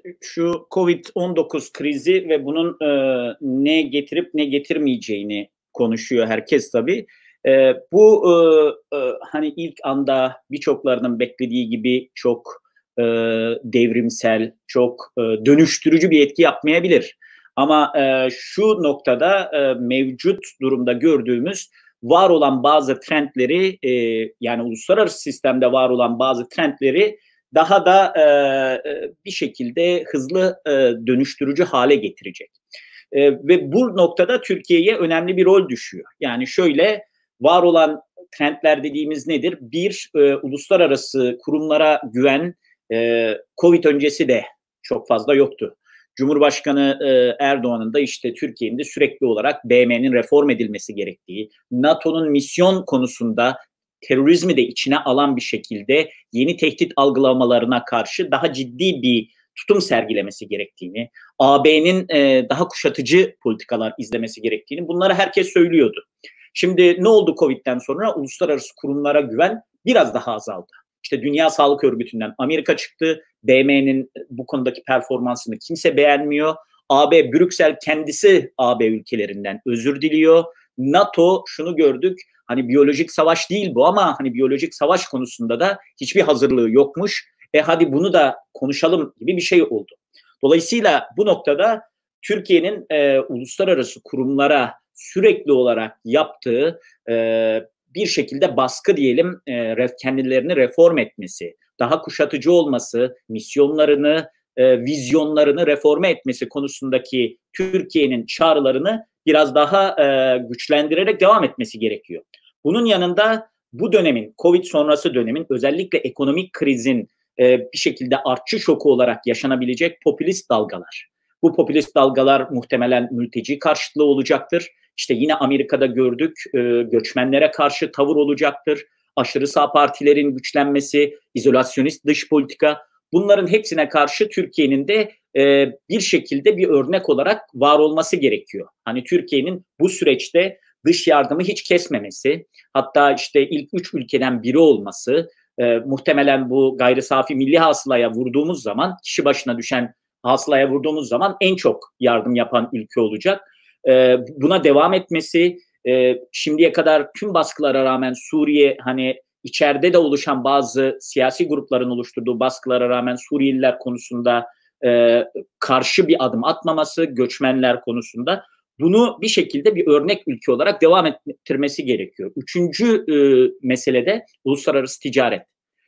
şu kovid on dokuz krizi ve bunun e, ne getirip ne getirmeyeceğini konuşuyor herkes tabii. E, bu e, e, hani ilk anda birçoklarının beklediği gibi çok e, devrimsel, çok e, dönüştürücü bir etki yapmayabilir. Ama e, şu noktada e, mevcut durumda gördüğümüz var olan bazı trendleri e, yani uluslararası sistemde var olan bazı trendleri daha da e, bir şekilde hızlı e, dönüştürücü hale getirecek. E, ve bu noktada Türkiye'ye önemli bir rol düşüyor. Yani şöyle, var olan trendler dediğimiz nedir? Bir, e, uluslararası kurumlara güven e, Covid öncesi de çok fazla yoktu. Cumhurbaşkanı e, Erdoğan'ın da işte Türkiye'nin de sürekli olarak B M'nin reform edilmesi gerektiği, NATO'nun misyon konusunda terörizmi de içine alan bir şekilde yeni tehdit algılamalarına karşı daha ciddi bir tutum sergilemesi gerektiğini, A B'nin e, daha kuşatıcı politikalar izlemesi gerektiğini, bunları herkes söylüyordu. Şimdi ne oldu Covid'den sonra? Uluslararası kurumlara güven biraz daha azaldı. İşte Dünya Sağlık Örgütü'nden Amerika çıktı. B M'nin bu konudaki performansını kimse beğenmiyor. A B, Brüksel kendisi A B ülkelerinden özür diliyor. NATO, şunu gördük, hani biyolojik savaş değil bu ama hani biyolojik savaş konusunda da hiçbir hazırlığı yokmuş. E hadi bunu da konuşalım gibi bir şey oldu. Dolayısıyla bu noktada Türkiye'nin e, uluslararası kurumlara sürekli olarak yaptığı e, bir şekilde baskı diyelim, e, kendilerini reform etmesi, daha kuşatıcı olması, misyonlarını, e, vizyonlarını reforme etmesi konusundaki Türkiye'nin çağrılarını biraz daha e, güçlendirerek devam etmesi gerekiyor. Bunun yanında bu dönemin, Covid sonrası dönemin, özellikle ekonomik krizin e, bir şekilde artçı şoku olarak yaşanabilecek popülist dalgalar. Bu popülist dalgalar muhtemelen mülteci karşıtlığı olacaktır. İşte yine Amerika'da gördük, e, göçmenlere karşı tavır olacaktır. Aşırı sağ partilerin güçlenmesi, izolasyonist dış politika, bunların hepsine karşı Türkiye'nin de e, bir şekilde bir örnek olarak var olması gerekiyor. Hani Türkiye'nin bu süreçte dış yardımı hiç kesmemesi, hatta işte ilk üç ülkeden biri olması, e, muhtemelen bu gayri safi milli hasılaya vurduğumuz zaman, kişi başına düşen hasılaya vurduğumuz zaman en çok yardım yapan ülke olacak. E, buna devam etmesi, e, şimdiye kadar tüm baskılara rağmen Suriye, hani içeride de oluşan bazı siyasi grupların oluşturduğu baskılara rağmen Suriyeliler konusunda e, karşı bir adım atmaması, göçmenler konusunda, bunu bir şekilde bir örnek ülke olarak devam ettirmesi gerekiyor. Üçüncü e, mesele de uluslararası ticaret.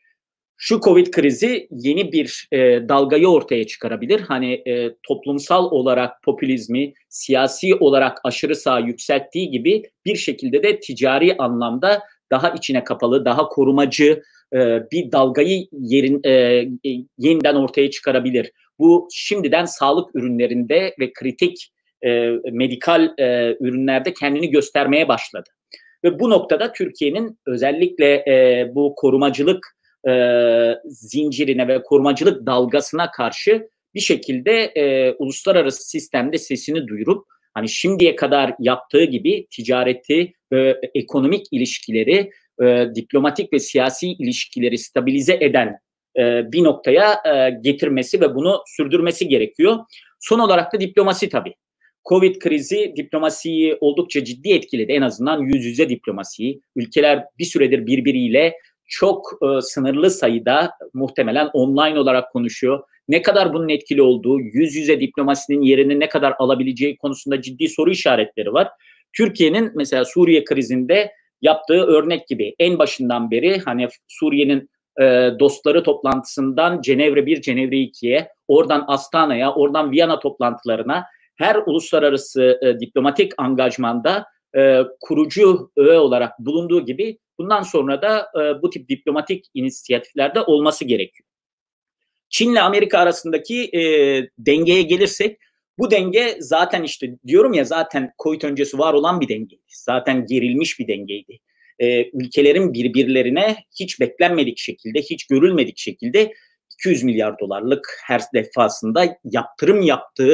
Şu Covid krizi yeni bir e, dalgayı ortaya çıkarabilir. Hani e, toplumsal olarak popülizmi, siyasi olarak aşırı sağ yükselttiği gibi bir şekilde de ticari anlamda daha içine kapalı, daha korumacı e, bir dalgayı yerin, e, yeniden ortaya çıkarabilir. Bu şimdiden sağlık ürünlerinde ve kritik e, medikal e, ürünlerde kendini göstermeye başladı. Ve bu noktada Türkiye'nin özellikle e, bu korumacılık e, zincirine ve korumacılık dalgasına karşı bir şekilde e, uluslararası sistemde sesini duyurup, hani şimdiye kadar yaptığı gibi ticareti, e, ekonomik ilişkileri, e, diplomatik ve siyasi ilişkileri stabilize eden e, bir noktaya e, getirmesi ve bunu sürdürmesi gerekiyor. Son olarak da diplomasi tabii. Covid krizi diplomasiyi oldukça ciddi etkiledi. En azından yüz yüze diplomasiyi. Ülkeler bir süredir birbiriyle çok e, sınırlı sayıda muhtemelen online olarak konuşuyor. Ne kadar bunun etkili olduğu, yüz yüze diplomasinin yerini ne kadar alabileceği konusunda ciddi soru işaretleri var. Türkiye'nin mesela Suriye krizinde yaptığı örnek gibi en başından beri hani Suriye'nin e, dostları toplantısından Cenevre bir, Cenevre ikiye, oradan Astana'ya, oradan Viyana toplantılarına, her uluslararası e, diplomatik angajmanda e, kurucu öğe olarak bulunduğu gibi bundan sonra da e, bu tip diplomatik inisiyatiflerde olması gerekiyor. Çin'le Amerika arasındaki e, dengeye gelirsek, bu denge zaten işte diyorum ya, zaten Covid öncesi var olan bir dengeydi. Zaten gerilmiş bir dengeydi. E, ülkelerin birbirlerine hiç beklenmedik şekilde, hiç görülmedik şekilde iki yüz milyar dolarlık her defasında yaptırım yaptığı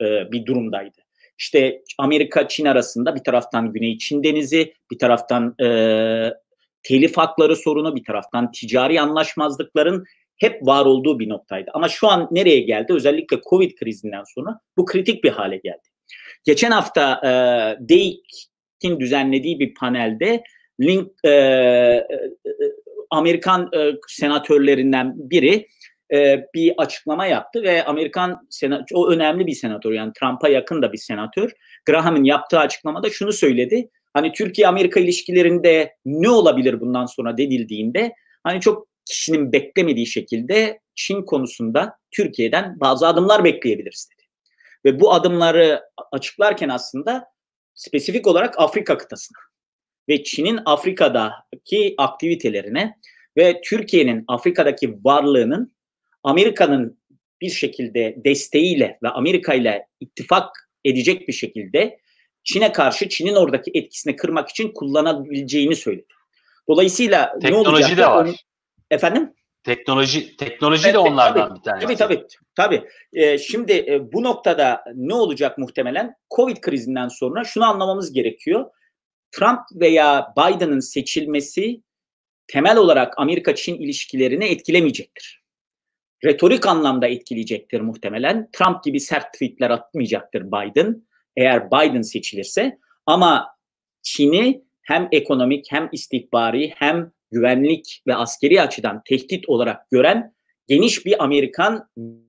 e, bir durumdaydı. İşte Amerika-Çin arasında bir taraftan Güney Çin Denizi, bir taraftan e, telif hakları sorunu, bir taraftan ticari anlaşmazlıkların hep var olduğu bir noktaydı. Ama şu an nereye geldi? Özellikle Covid krizinden sonra bu kritik bir hale geldi. Geçen hafta e, D E I K'in düzenlediği bir panelde Link, e, e, Amerikan e, senatörlerinden biri e, bir açıklama yaptı ve Amerikan senatör, o önemli bir senatör, yani Trump'a yakın da bir senatör, Graham'ın yaptığı açıklamada şunu söyledi. Hani Türkiye-Amerika ilişkilerinde ne olabilir bundan sonra denildiğinde, hani çok kişinin beklemediği şekilde Çin konusunda Türkiye'den bazı adımlar bekleyebiliriz dedi. Ve bu adımları açıklarken aslında spesifik olarak Afrika kıtasına ve Çin'in Afrika'daki aktivitelerine ve Türkiye'nin Afrika'daki varlığının Amerika'nın bir şekilde desteğiyle ve Amerika ile ittifak edecek bir şekilde Çin'e karşı Çin'in oradaki etkisini kırmak için kullanabileceğini söyledi. Dolayısıyla teknoloji ne olacak? de var. Onun, efendim? Teknoloji teknoloji evet, de onlardan tabii, bir tanesi. Tabii tabii. tabii. Ee, şimdi e, bu noktada ne olacak muhtemelen? Covid krizinden sonra şunu anlamamız gerekiyor. Trump veya Biden'ın seçilmesi temel olarak Amerika-Çin ilişkilerini etkilemeyecektir. Retorik anlamda etkileyecektir muhtemelen. Trump gibi sert tweetler atmayacaktır Biden eğer Biden seçilirse. Ama Çin'i hem ekonomik hem istihbari hem güvenlik ve askeri açıdan tehdit olarak gören geniş bir Amerikan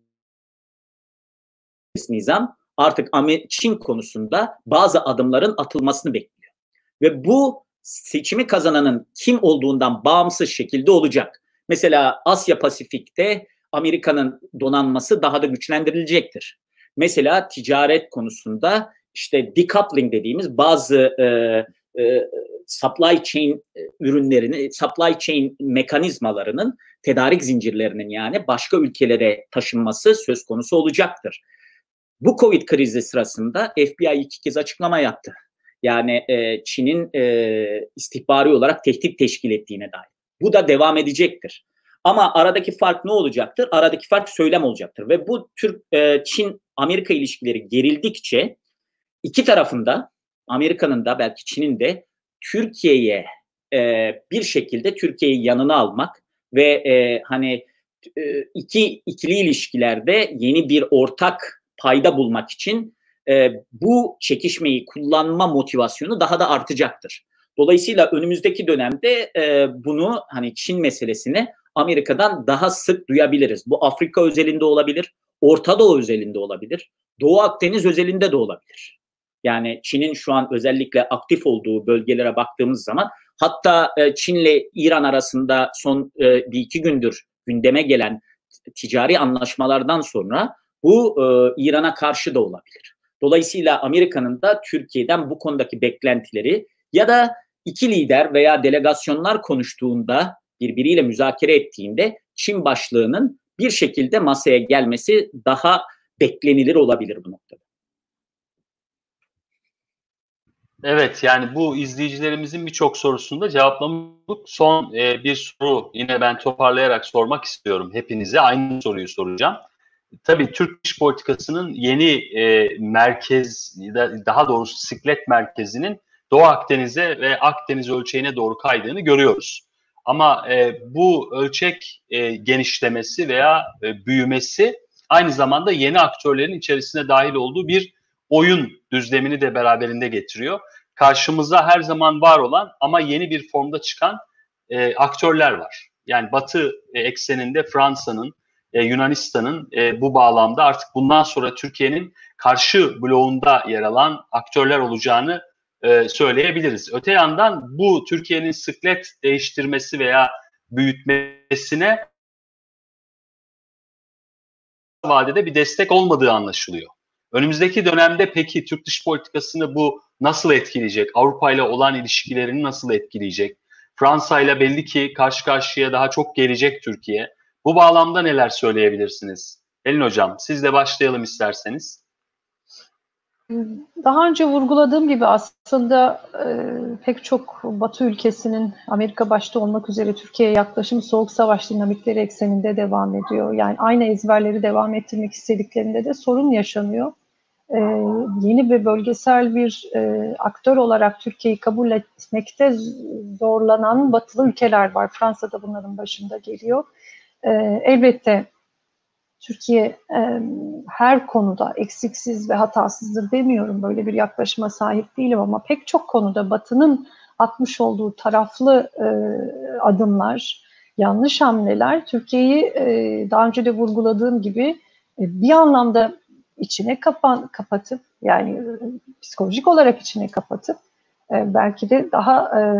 nizam artık Çin konusunda bazı adımların atılmasını bekliyor. Ve bu seçimi kazananın kim olduğundan bağımsız şekilde olacak. Mesela Asya Pasifik'te Amerika'nın donanması daha da güçlendirilecektir. Mesela ticaret konusunda işte decoupling dediğimiz bazı e, e, supply chain ürünlerini, supply chain mekanizmalarının, tedarik zincirlerinin yani başka ülkelere taşınması söz konusu olacaktır. Bu Covid krizi sırasında F B I iki kez açıklama yaptı. Yani e, Çin'in e, istihbari olarak tehdit teşkil ettiğine dair. Bu da devam edecektir. Ama aradaki fark ne olacaktır? Aradaki fark söylem olacaktır. Ve bu Türk e, Çin-Amerika ilişkileri gerildikçe iki tarafında, Amerika'nın da belki Çin'in de Türkiye'ye e, bir şekilde Türkiye'yi yanına almak ve e, hani e, iki ikili ilişkilerde yeni bir ortak payda bulmak için e, bu çekişmeyi kullanma motivasyonu daha da artacaktır. Dolayısıyla önümüzdeki dönemde e, bunu hani Çin meselesini Amerika'dan daha sık duyabiliriz. Bu Afrika özelinde olabilir, Orta Doğu özelinde olabilir, Doğu Akdeniz özelinde de olabilir. Yani Çin'in şu an özellikle aktif olduğu bölgelere baktığımız zaman, hatta e, Çin'le İran arasında son e, bir iki gündür gündeme gelen ticari anlaşmalardan sonra bu e, İran'a karşı da olabilir. Dolayısıyla Amerika'nın da Türkiye'den bu konudaki beklentileri ya da iki lider veya delegasyonlar konuştuğunda, birbiriyle müzakere ettiğinde Çin başlığının bir şekilde masaya gelmesi daha beklenilir olabilir bu noktada. Evet, yani bu izleyicilerimizin birçok sorusunu da cevaplamıştık. Son e, bir soru yine ben toparlayarak sormak istiyorum hepinize. Aynı soruyu soracağım. Tabii Türk dış politikasının yeni e, merkez, daha doğrusu siklet merkezinin Doğu Akdeniz'e ve Akdeniz ölçeğine doğru kaydığını görüyoruz. Ama e, bu ölçek e, genişlemesi veya e, büyümesi aynı zamanda yeni aktörlerin içerisine dahil olduğu bir oyun düzlemini de beraberinde getiriyor. Karşımıza her zaman var olan ama yeni bir formda çıkan e, aktörler var. Yani Batı e, ekseninde Fransa'nın, e, Yunanistan'ın e, bu bağlamda artık bundan sonra Türkiye'nin karşı bloğunda yer alan aktörler olacağını e, söyleyebiliriz. Öte yandan bu Türkiye'nin sıklet değiştirmesi veya büyütmesine vadede bir destek olmadığı anlaşılıyor. Önümüzdeki dönemde peki Türk dış politikasını bu nasıl etkileyecek? Avrupa ile olan ilişkilerini nasıl etkileyecek? Fransa ile belli ki karşı karşıya daha çok gelecek Türkiye. Bu bağlamda neler söyleyebilirsiniz? Pelin Hocam, sizle başlayalım isterseniz. Daha önce vurguladığım gibi aslında e, pek çok Batı ülkesinin Amerika başta olmak üzere Türkiye'ye yaklaşımı soğuk savaş dinamikleri ekseninde devam ediyor. Yani aynı ezberleri devam ettirmek istediklerinde de sorun yaşanıyor. e, yeni ve bölgesel bir e, aktör olarak Türkiye'yi kabul etmekte zorlanan batılı ülkeler var. Fransa da bunların başında geliyor. E, elbette Türkiye e, her konuda eksiksiz ve hatasızdır demiyorum. Böyle bir yaklaşıma sahip değilim ama pek çok konuda Batı'nın atmış olduğu taraflı e, adımlar, yanlış hamleler Türkiye'yi e, daha önce de vurguladığım gibi e, bir anlamda içine kapan, kapatıp yani e, psikolojik olarak içine kapatıp e, belki de daha e,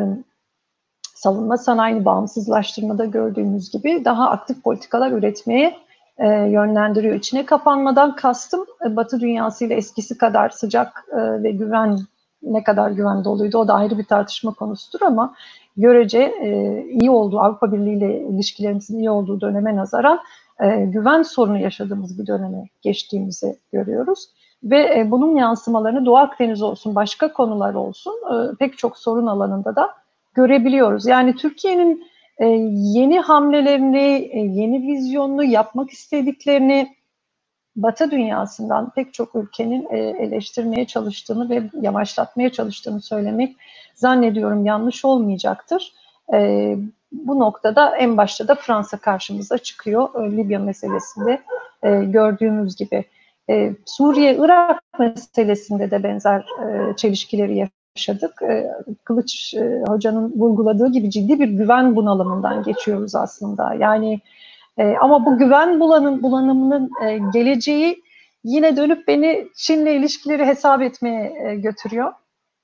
savunma sanayini bağımsızlaştırmada gördüğümüz gibi daha aktif politikalar üretmeye e, yönlendiriyor. İçine kapanmadan kastım e, Batı dünyasıyla eskisi kadar sıcak e, ve güven ne kadar güven doluydu o da ayrı bir tartışma konusudur ama görece e, iyi olduğu Avrupa Birliği ile ilişkilerimizin iyi olduğu döneme nazaran e, güven sorunu yaşadığımız bir döneme geçtiğimizi görüyoruz. Ve e, bunun yansımalarını Doğu Akdeniz olsun, başka konular olsun e, pek çok sorun alanında da görebiliyoruz. Yani Türkiye'nin e, yeni hamlelerini, e, yeni vizyonunu, yapmak istediklerini Batı dünyasından pek çok ülkenin e, eleştirmeye çalıştığını ve yavaşlatmaya çalıştığını söylemek zannediyorum yanlış olmayacaktır. E, bu noktada en başta da Fransa karşımıza çıkıyor. E, Libya meselesinde e, gördüğümüz gibi. E, Suriye-Irak meselesinde de benzer e, çelişkileri yaşadık. E, Kılıç e, Hoca'nın vurguladığı gibi ciddi bir güven bunalımından geçiyoruz aslında. Yani e, ama bu güven bulanım, bulanımının e, geleceği yine dönüp beni Çin'le ilişkileri hesap etmeye e, götürüyor.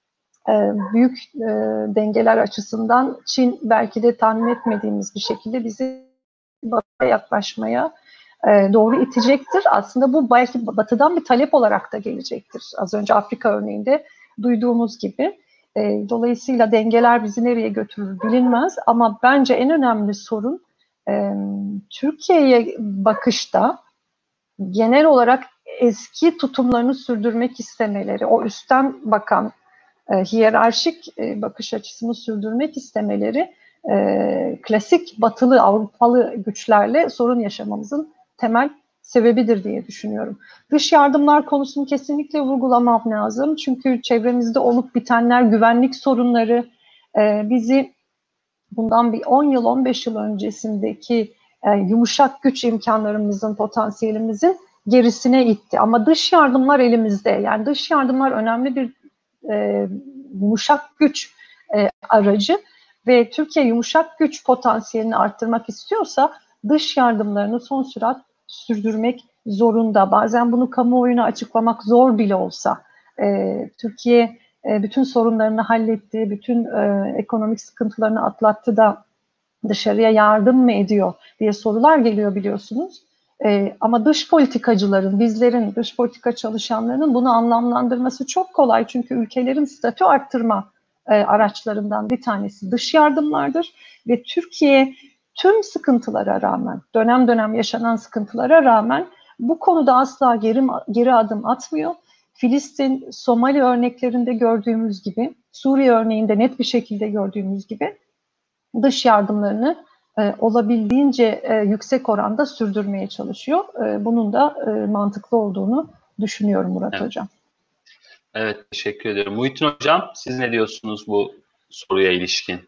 E, büyük e, dengeler açısından Çin belki de tahmin etmediğimiz bir şekilde bizi Batı'ya yaklaşmaya e, doğru itecektir. Aslında bu belki Batı'dan bir talep olarak da gelecektir. Az önce Afrika örneğinde duyduğumuz gibi. E, dolayısıyla dengeler bizi nereye götürür bilinmez ama bence en önemli sorun e, Türkiye'ye bakışta genel olarak eski tutumlarını sürdürmek istemeleri, o üstten bakan e, hiyerarşik e, bakış açısını sürdürmek istemeleri e, klasik batılı Avrupalı güçlerle sorun yaşamamızın temel sebebidir diye düşünüyorum. Dış yardımlar konusunu kesinlikle vurgulamam lazım. Çünkü çevremizde olup bitenler, güvenlik sorunları e, bizi bundan bir on yıl, on beş yıl öncesindeki e, yumuşak güç imkanlarımızın, potansiyelimizin gerisine itti. Ama dış yardımlar elimizde. Yani dış yardımlar önemli bir e, yumuşak güç e, aracı ve Türkiye yumuşak güç potansiyelini arttırmak istiyorsa dış yardımlarını son sürat sürdürmek zorunda. Bazen bunu kamuoyuna açıklamak zor bile olsa e, Türkiye e, bütün sorunlarını halletti, bütün e, ekonomik sıkıntılarını atlattı da dışarıya yardım mı ediyor diye sorular geliyor biliyorsunuz. E, ama dış politikacıların, bizlerin, dış politika çalışanlarının bunu anlamlandırması çok kolay. Çünkü ülkelerin statü arttırma e, araçlarından bir tanesi dış yardımlardır. Ve Türkiye tüm sıkıntılara rağmen, dönem dönem yaşanan sıkıntılara rağmen bu konuda asla geri, geri adım atmıyor. Filistin, Somali örneklerinde gördüğümüz gibi, Suriye örneğinde net bir şekilde gördüğümüz gibi dış yardımlarını e, olabildiğince e, yüksek oranda sürdürmeye çalışıyor. E, bunun da e, mantıklı olduğunu düşünüyorum Murat evet. Hocam. Evet, teşekkür ediyorum. Muhittin Hocam, siz ne diyorsunuz bu soruya ilişkin?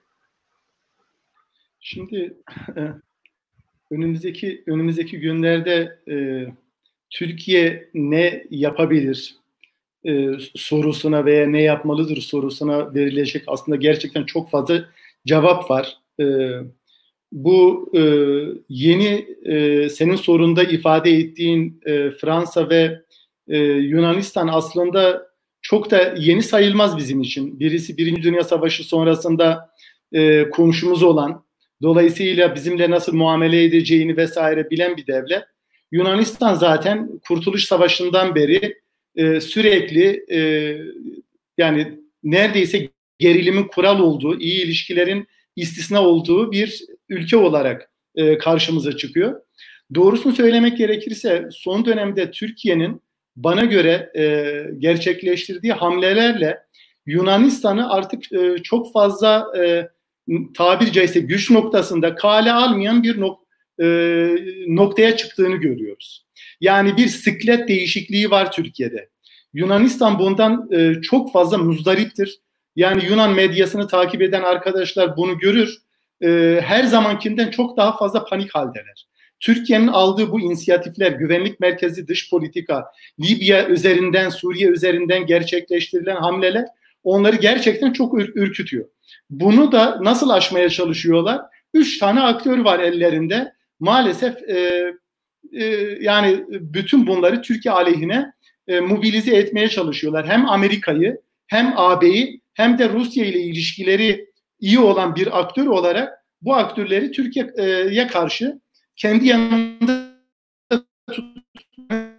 Şimdi e, önümüzdeki önümüzdeki günlerde e, Türkiye ne yapabilir e, sorusuna veya ne yapmalıdır sorusuna verilecek aslında gerçekten çok fazla cevap var. E, bu e, yeni e, senin sorunda ifade ettiğin e, Fransa ve e, Yunanistan aslında çok da yeni sayılmaz bizim için. Birisi Birinci Dünya Savaşı sonrasında e, komşumuz olan, dolayısıyla bizimle nasıl muamele edeceğini vesaire bilen bir devlet. Yunanistan zaten Kurtuluş Savaşı'ndan beri e, sürekli e, yani neredeyse gerilimin kural olduğu, iyi ilişkilerin istisna olduğu bir ülke olarak e, karşımıza çıkıyor. Doğrusunu söylemek gerekirse son dönemde Türkiye'nin bana göre e, gerçekleştirdiği hamlelerle Yunanistan'ı artık e, çok fazla e, tabiri caizse güç noktasında kale almayan bir nok e, noktaya çıktığını görüyoruz. Yani bir siklet değişikliği var Türkiye'de. Yunanistan bundan e, çok fazla muzdariptir. Yani Yunan medyasını takip eden arkadaşlar bunu görür. E, her zamankinden çok daha fazla panik haldeler. Türkiye'nin aldığı bu inisiyatifler, güvenlik merkezi dış politika, Libya üzerinden, Suriye üzerinden gerçekleştirilen hamleler onları gerçekten çok ür- ürkütüyor. Bunu da nasıl aşmaya çalışıyorlar? Üç tane aktör var ellerinde. Maalesef e, e, yani bütün bunları Türkiye aleyhine e, mobilize etmeye çalışıyorlar. Hem Amerika'yı, hem A B'yi, hem de Rusya ile ilişkileri iyi olan bir aktör olarak bu aktörleri Türkiye'ye karşı kendi yanında tutmaya.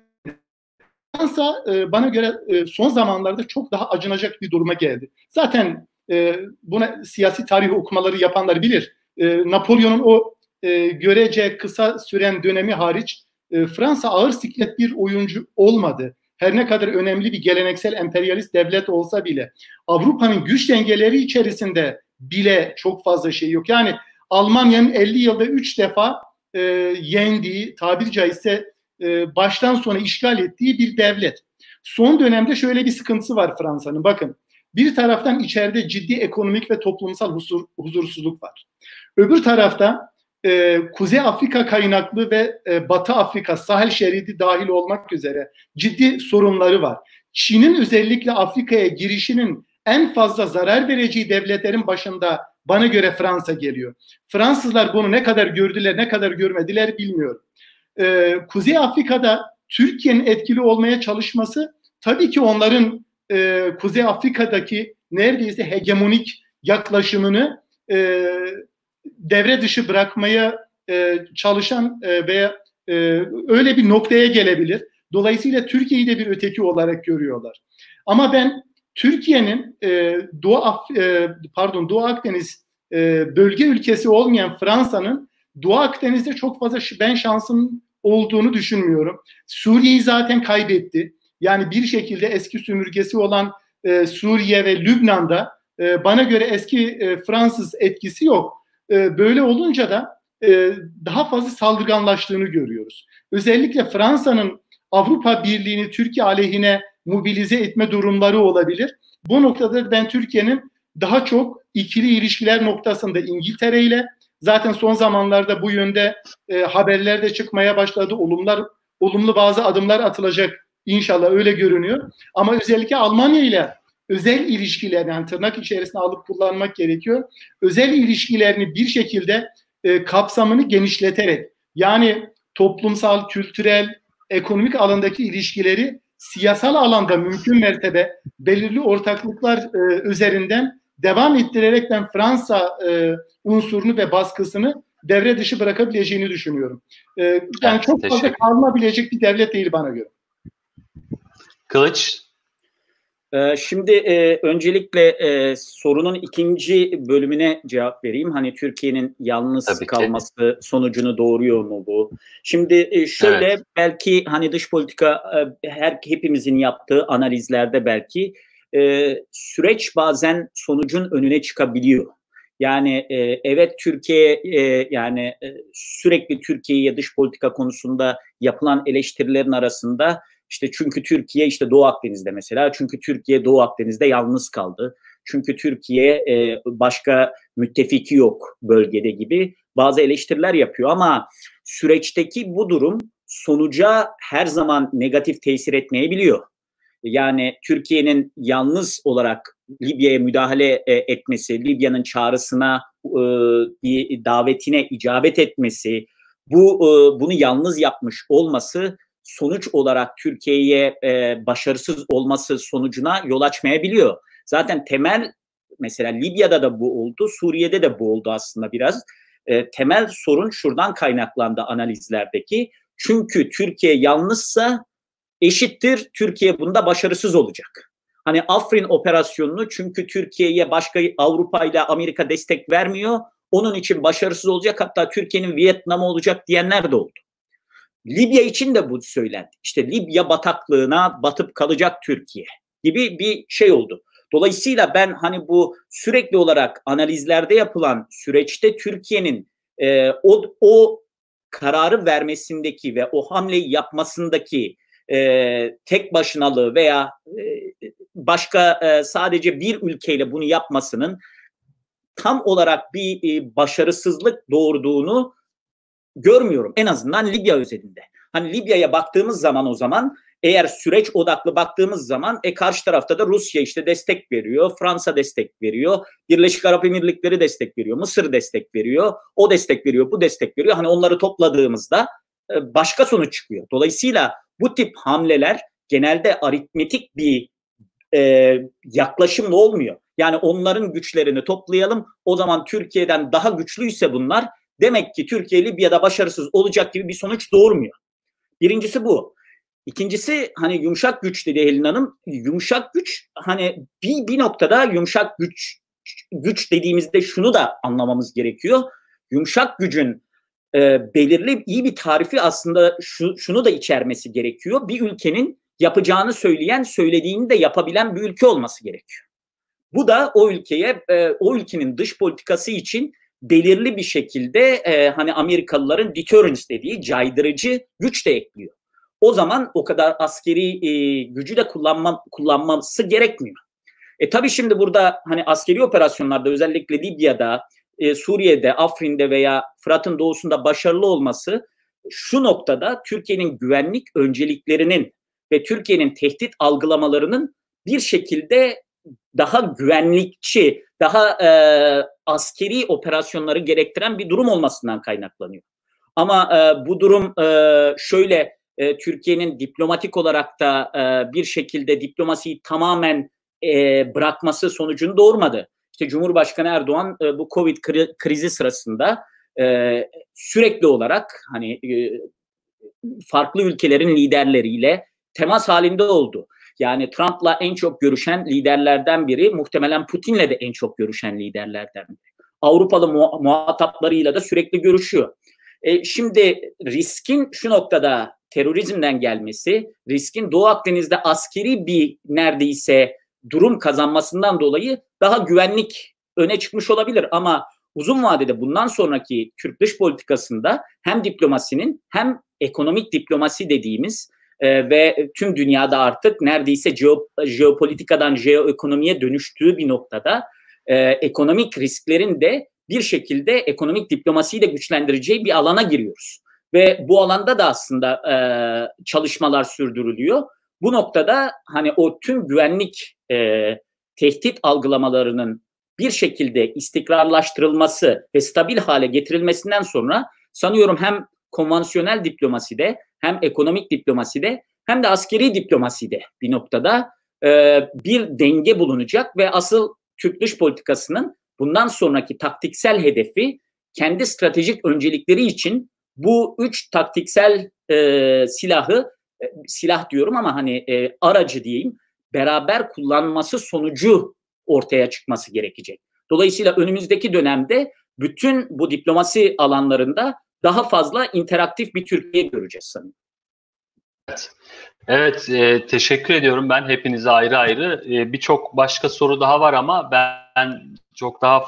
Fransa e, bana göre e, son zamanlarda çok daha acınacak bir duruma geldi. Zaten e, buna siyasi tarih okumaları yapanlar bilir. E, Napolyon'un o e, görece kısa süren dönemi hariç e, Fransa ağır siklet bir oyuncu olmadı. Her ne kadar önemli bir geleneksel emperyalist devlet olsa bile Avrupa'nın güç dengeleri içerisinde bile çok fazla şey yok. Yani Almanya'nın elli yılda üç defa e, yendiği, tabiri caizse e, baştan sona işgal ettiği bir devlet. Son dönemde şöyle bir sıkıntısı var Fransa'nın. Bakın, bir taraftan içeride ciddi ekonomik ve toplumsal huzur, huzursuzluk var. Öbür tarafta e, Kuzey Afrika kaynaklı ve e, Batı Afrika, Sahel şeridi dahil olmak üzere ciddi sorunları var. Çin'in özellikle Afrika'ya girişinin en fazla zarar vereceği devletlerin başında bana göre Fransa geliyor. Fransızlar bunu ne kadar gördüler, ne kadar görmediler bilmiyorum. Ee, Kuzey Afrika'da Türkiye'nin etkili olmaya çalışması tabii ki onların e, Kuzey Afrika'daki neredeyse hegemonik yaklaşımını e, devre dışı bırakmaya e, çalışan e, veya e, öyle bir noktaya gelebilir. Dolayısıyla Türkiye'yi de bir öteki olarak görüyorlar. Ama ben Türkiye'nin e, Doğu Af e, pardon Doğu Akdeniz e, bölge ülkesi olmayan Fransa'nın Doğu Akdeniz'de çok fazla ben şansın olduğunu düşünmüyorum. Suriye'yi zaten kaybetti. Yani bir şekilde eski sömürgesi olan e, Suriye ve Lübnan'da e, bana göre eski e, Fransız etkisi yok. E, böyle olunca da e, daha fazla saldırganlaştığını görüyoruz. Özellikle Fransa'nın Avrupa Birliği'ni Türkiye aleyhine mobilize etme durumları olabilir. Bu noktada ben Türkiye'nin daha çok ikili ilişkiler noktasında İngiltere ile, zaten son zamanlarda bu yönde e, haberler de çıkmaya başladı. Olumlar, olumlu bazı adımlar atılacak inşallah, öyle görünüyor. Ama özellikle Almanya ile özel ilişkiler, yani tırnak içerisine alıp kullanmak gerekiyor. Özel ilişkilerini bir şekilde e, kapsamını genişleterek, yani toplumsal, kültürel, ekonomik alandaki ilişkileri siyasal alanda mümkün mertebe belirli ortaklıklar e, üzerinden devam ettirerek ben Fransa e, unsurunu ve baskısını devre dışı bırakabileceğini düşünüyorum. E, yani evet, çok fazla kalınabilecek bir devlet değil bana göre. Kılıç? Ee, şimdi e, öncelikle e, sorunun ikinci bölümüne cevap vereyim. Hani Türkiye'nin yalnız Tabii kalması ki. sonucunu doğuruyor mu bu? Şimdi e, şöyle evet. belki hani dış politika e, her hepimizin yaptığı analizlerde belki e, süreç bazen sonucun önüne çıkabiliyor. Yani e, evet Türkiye e, yani e, sürekli Türkiye'ye dış politika konusunda yapılan eleştirilerin arasında işte çünkü Türkiye işte Doğu Akdeniz'de mesela çünkü Türkiye Doğu Akdeniz'de yalnız kaldı. Çünkü Türkiye e, başka müttefiki yok bölgede gibi bazı eleştiriler yapıyor ama süreçteki bu durum sonuca her zaman negatif tesir etmeyebiliyor. Yani Türkiye'nin yalnız olarak Libya'ya müdahale e, etmesi, Libya'nın çağrısına, e, davetine icabet etmesi, bu e, bunu yalnız yapmış olması sonuç olarak Türkiye'ye e, başarısız olması sonucuna yol açmayabiliyor. Zaten temel mesela Libya'da da bu oldu, Suriye'de de bu oldu aslında biraz. E, temel sorun şuradan kaynaklandı analizlerdeki. Çünkü Türkiye yalnızsa eşittir Türkiye bunda başarısız olacak. Hani Afrin operasyonunu çünkü Türkiye'ye başka Avrupa ile Amerika destek vermiyor. Onun için başarısız olacak, hatta Türkiye'nin Vietnam'ı olacak diyenler de oldu. Libya için de bu söylendi. İşte Libya bataklığına batıp kalacak Türkiye gibi bir şey oldu. Dolayısıyla ben hani bu sürekli olarak analizlerde yapılan süreçte Türkiye'nin e, o, o kararı vermesindeki ve o hamleyi yapmasındaki e, tek başınalığı veya e, başka e, sadece bir ülkeyle bunu yapmasının tam olarak bir e, başarısızlık doğurduğunu görmüyorum. En azından Libya özelinde. Hani Libya'ya baktığımız zaman o zaman eğer süreç odaklı baktığımız zaman e, karşı tarafta da Rusya işte destek veriyor, Fransa destek veriyor, Birleşik Arap Emirlikleri destek veriyor, Mısır destek veriyor, o destek veriyor, bu destek veriyor. Hani onları topladığımızda e, başka sonuç çıkıyor. Dolayısıyla bu tip hamleler genelde aritmetik bir e, yaklaşımla olmuyor. Yani onların güçlerini toplayalım, o zaman Türkiye'den daha güçlüyse bunlar, demek ki Türkiye Libya'da başarısız olacak gibi bir sonuç doğurmuyor. Birincisi bu. İkincisi hani yumuşak güç dedi Helin Hanım. Yumuşak güç hani bir, bir noktada yumuşak güç güç dediğimizde şunu da anlamamız gerekiyor. Yumuşak gücün e, belirli iyi bir tarifi aslında şu, şunu da içermesi gerekiyor. Bir ülkenin yapacağını söyleyen, söylediğini de yapabilen bir ülke olması gerekiyor. Bu da o ülkeye, e, o ülkenin dış politikası için belirli bir şekilde e, hani Amerikalıların deterrence dediği caydırıcı güç de ekliyor. O zaman o kadar askeri e, gücü de kullanma, kullanması gerekmiyor. E tabii şimdi burada hani askeri operasyonlarda özellikle Libya'da, e, Suriye'de, Afrin'de veya Fırat'ın doğusunda başarılı olması şu noktada Türkiye'nin güvenlik önceliklerinin ve Türkiye'nin tehdit algılamalarının bir şekilde daha güvenlikçi, daha e, askeri operasyonları gerektiren bir durum olmasından kaynaklanıyor. Ama e, bu durum e, şöyle e, Türkiye'nin diplomatik olarak da e, bir şekilde diplomasiyi tamamen e, bırakması sonucunu doğurmadı. İşte Cumhurbaşkanı Erdoğan e, bu Covid kri- krizi sırasında e, sürekli olarak hani e, farklı ülkelerin liderleriyle temas halinde oldu. Yani Trump'la en çok görüşen liderlerden biri, muhtemelen Putin'le de en çok görüşen liderlerden biri. Avrupalı mu- muhataplarıyla da sürekli görüşüyor. E, şimdi riskin şu noktada terörizmden gelmesi, riskin Doğu Akdeniz'de askeri bir neredeyse durum kazanmasından dolayı daha güvenlik öne çıkmış olabilir. Ama uzun vadede bundan sonraki Türk dış politikasında hem diplomasinin hem ekonomik diplomasi dediğimiz e, ve tüm dünyada artık neredeyse jeo, jeopolitikadan jeoekonomiye dönüştüğü bir noktada e, ekonomik risklerin de bir şekilde ekonomik diplomasiyi de güçlendireceği bir alana giriyoruz. Ve bu alanda da aslında e, çalışmalar sürdürülüyor. Bu noktada hani o tüm güvenlik e, tehdit algılamalarının bir şekilde istikrarlaştırılması ve stabil hale getirilmesinden sonra sanıyorum hem konvansiyonel diplomaside hem ekonomik diplomaside hem de askeri diplomaside bir noktada e, bir denge bulunacak ve asıl Türk dış politikasının bundan sonraki taktiksel hedefi kendi stratejik öncelikleri için bu üç taktiksel e, silahı, e, silah diyorum ama hani e, aracı diyeyim, beraber kullanması sonucu ortaya çıkması gerekecek. Dolayısıyla önümüzdeki dönemde bütün bu diplomasi alanlarında daha fazla interaktif bir Türkiye göreceğiz sanırım. Evet, evet e, teşekkür ediyorum ben hepinize ayrı ayrı. E, Birçok başka soru daha var ama ben çok daha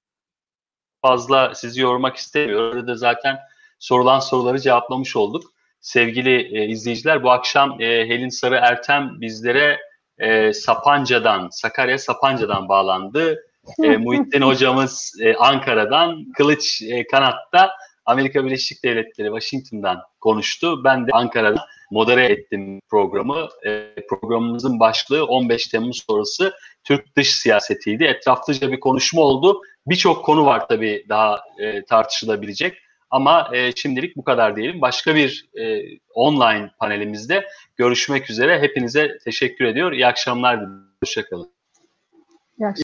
fazla sizi yormak istemiyorum. Orada zaten sorulan soruları cevaplamış olduk. Sevgili e, izleyiciler, bu akşam e, Helin Sarı Ertem bizlere e, Sapanca'dan, Sakarya Sapanca'dan bağlandı. E, Muhittin hocamız e, Ankara'dan, Kılıç e, Kanat'ta Amerika Birleşik Devletleri Washington'dan konuştu. Ben de Ankara'da modere ettim programı. E, programımızın başlığı on beş Temmuz sonrası Türk dış siyasetiydi. Etraflıca bir konuşma oldu. Birçok konu var tabii daha e, tartışılabilecek. Ama e, şimdilik bu kadar diyelim. Başka bir e, online panelimizde görüşmek üzere. Hepinize teşekkür ediyor. İyi akşamlar diliyorum. Hoşça kalın.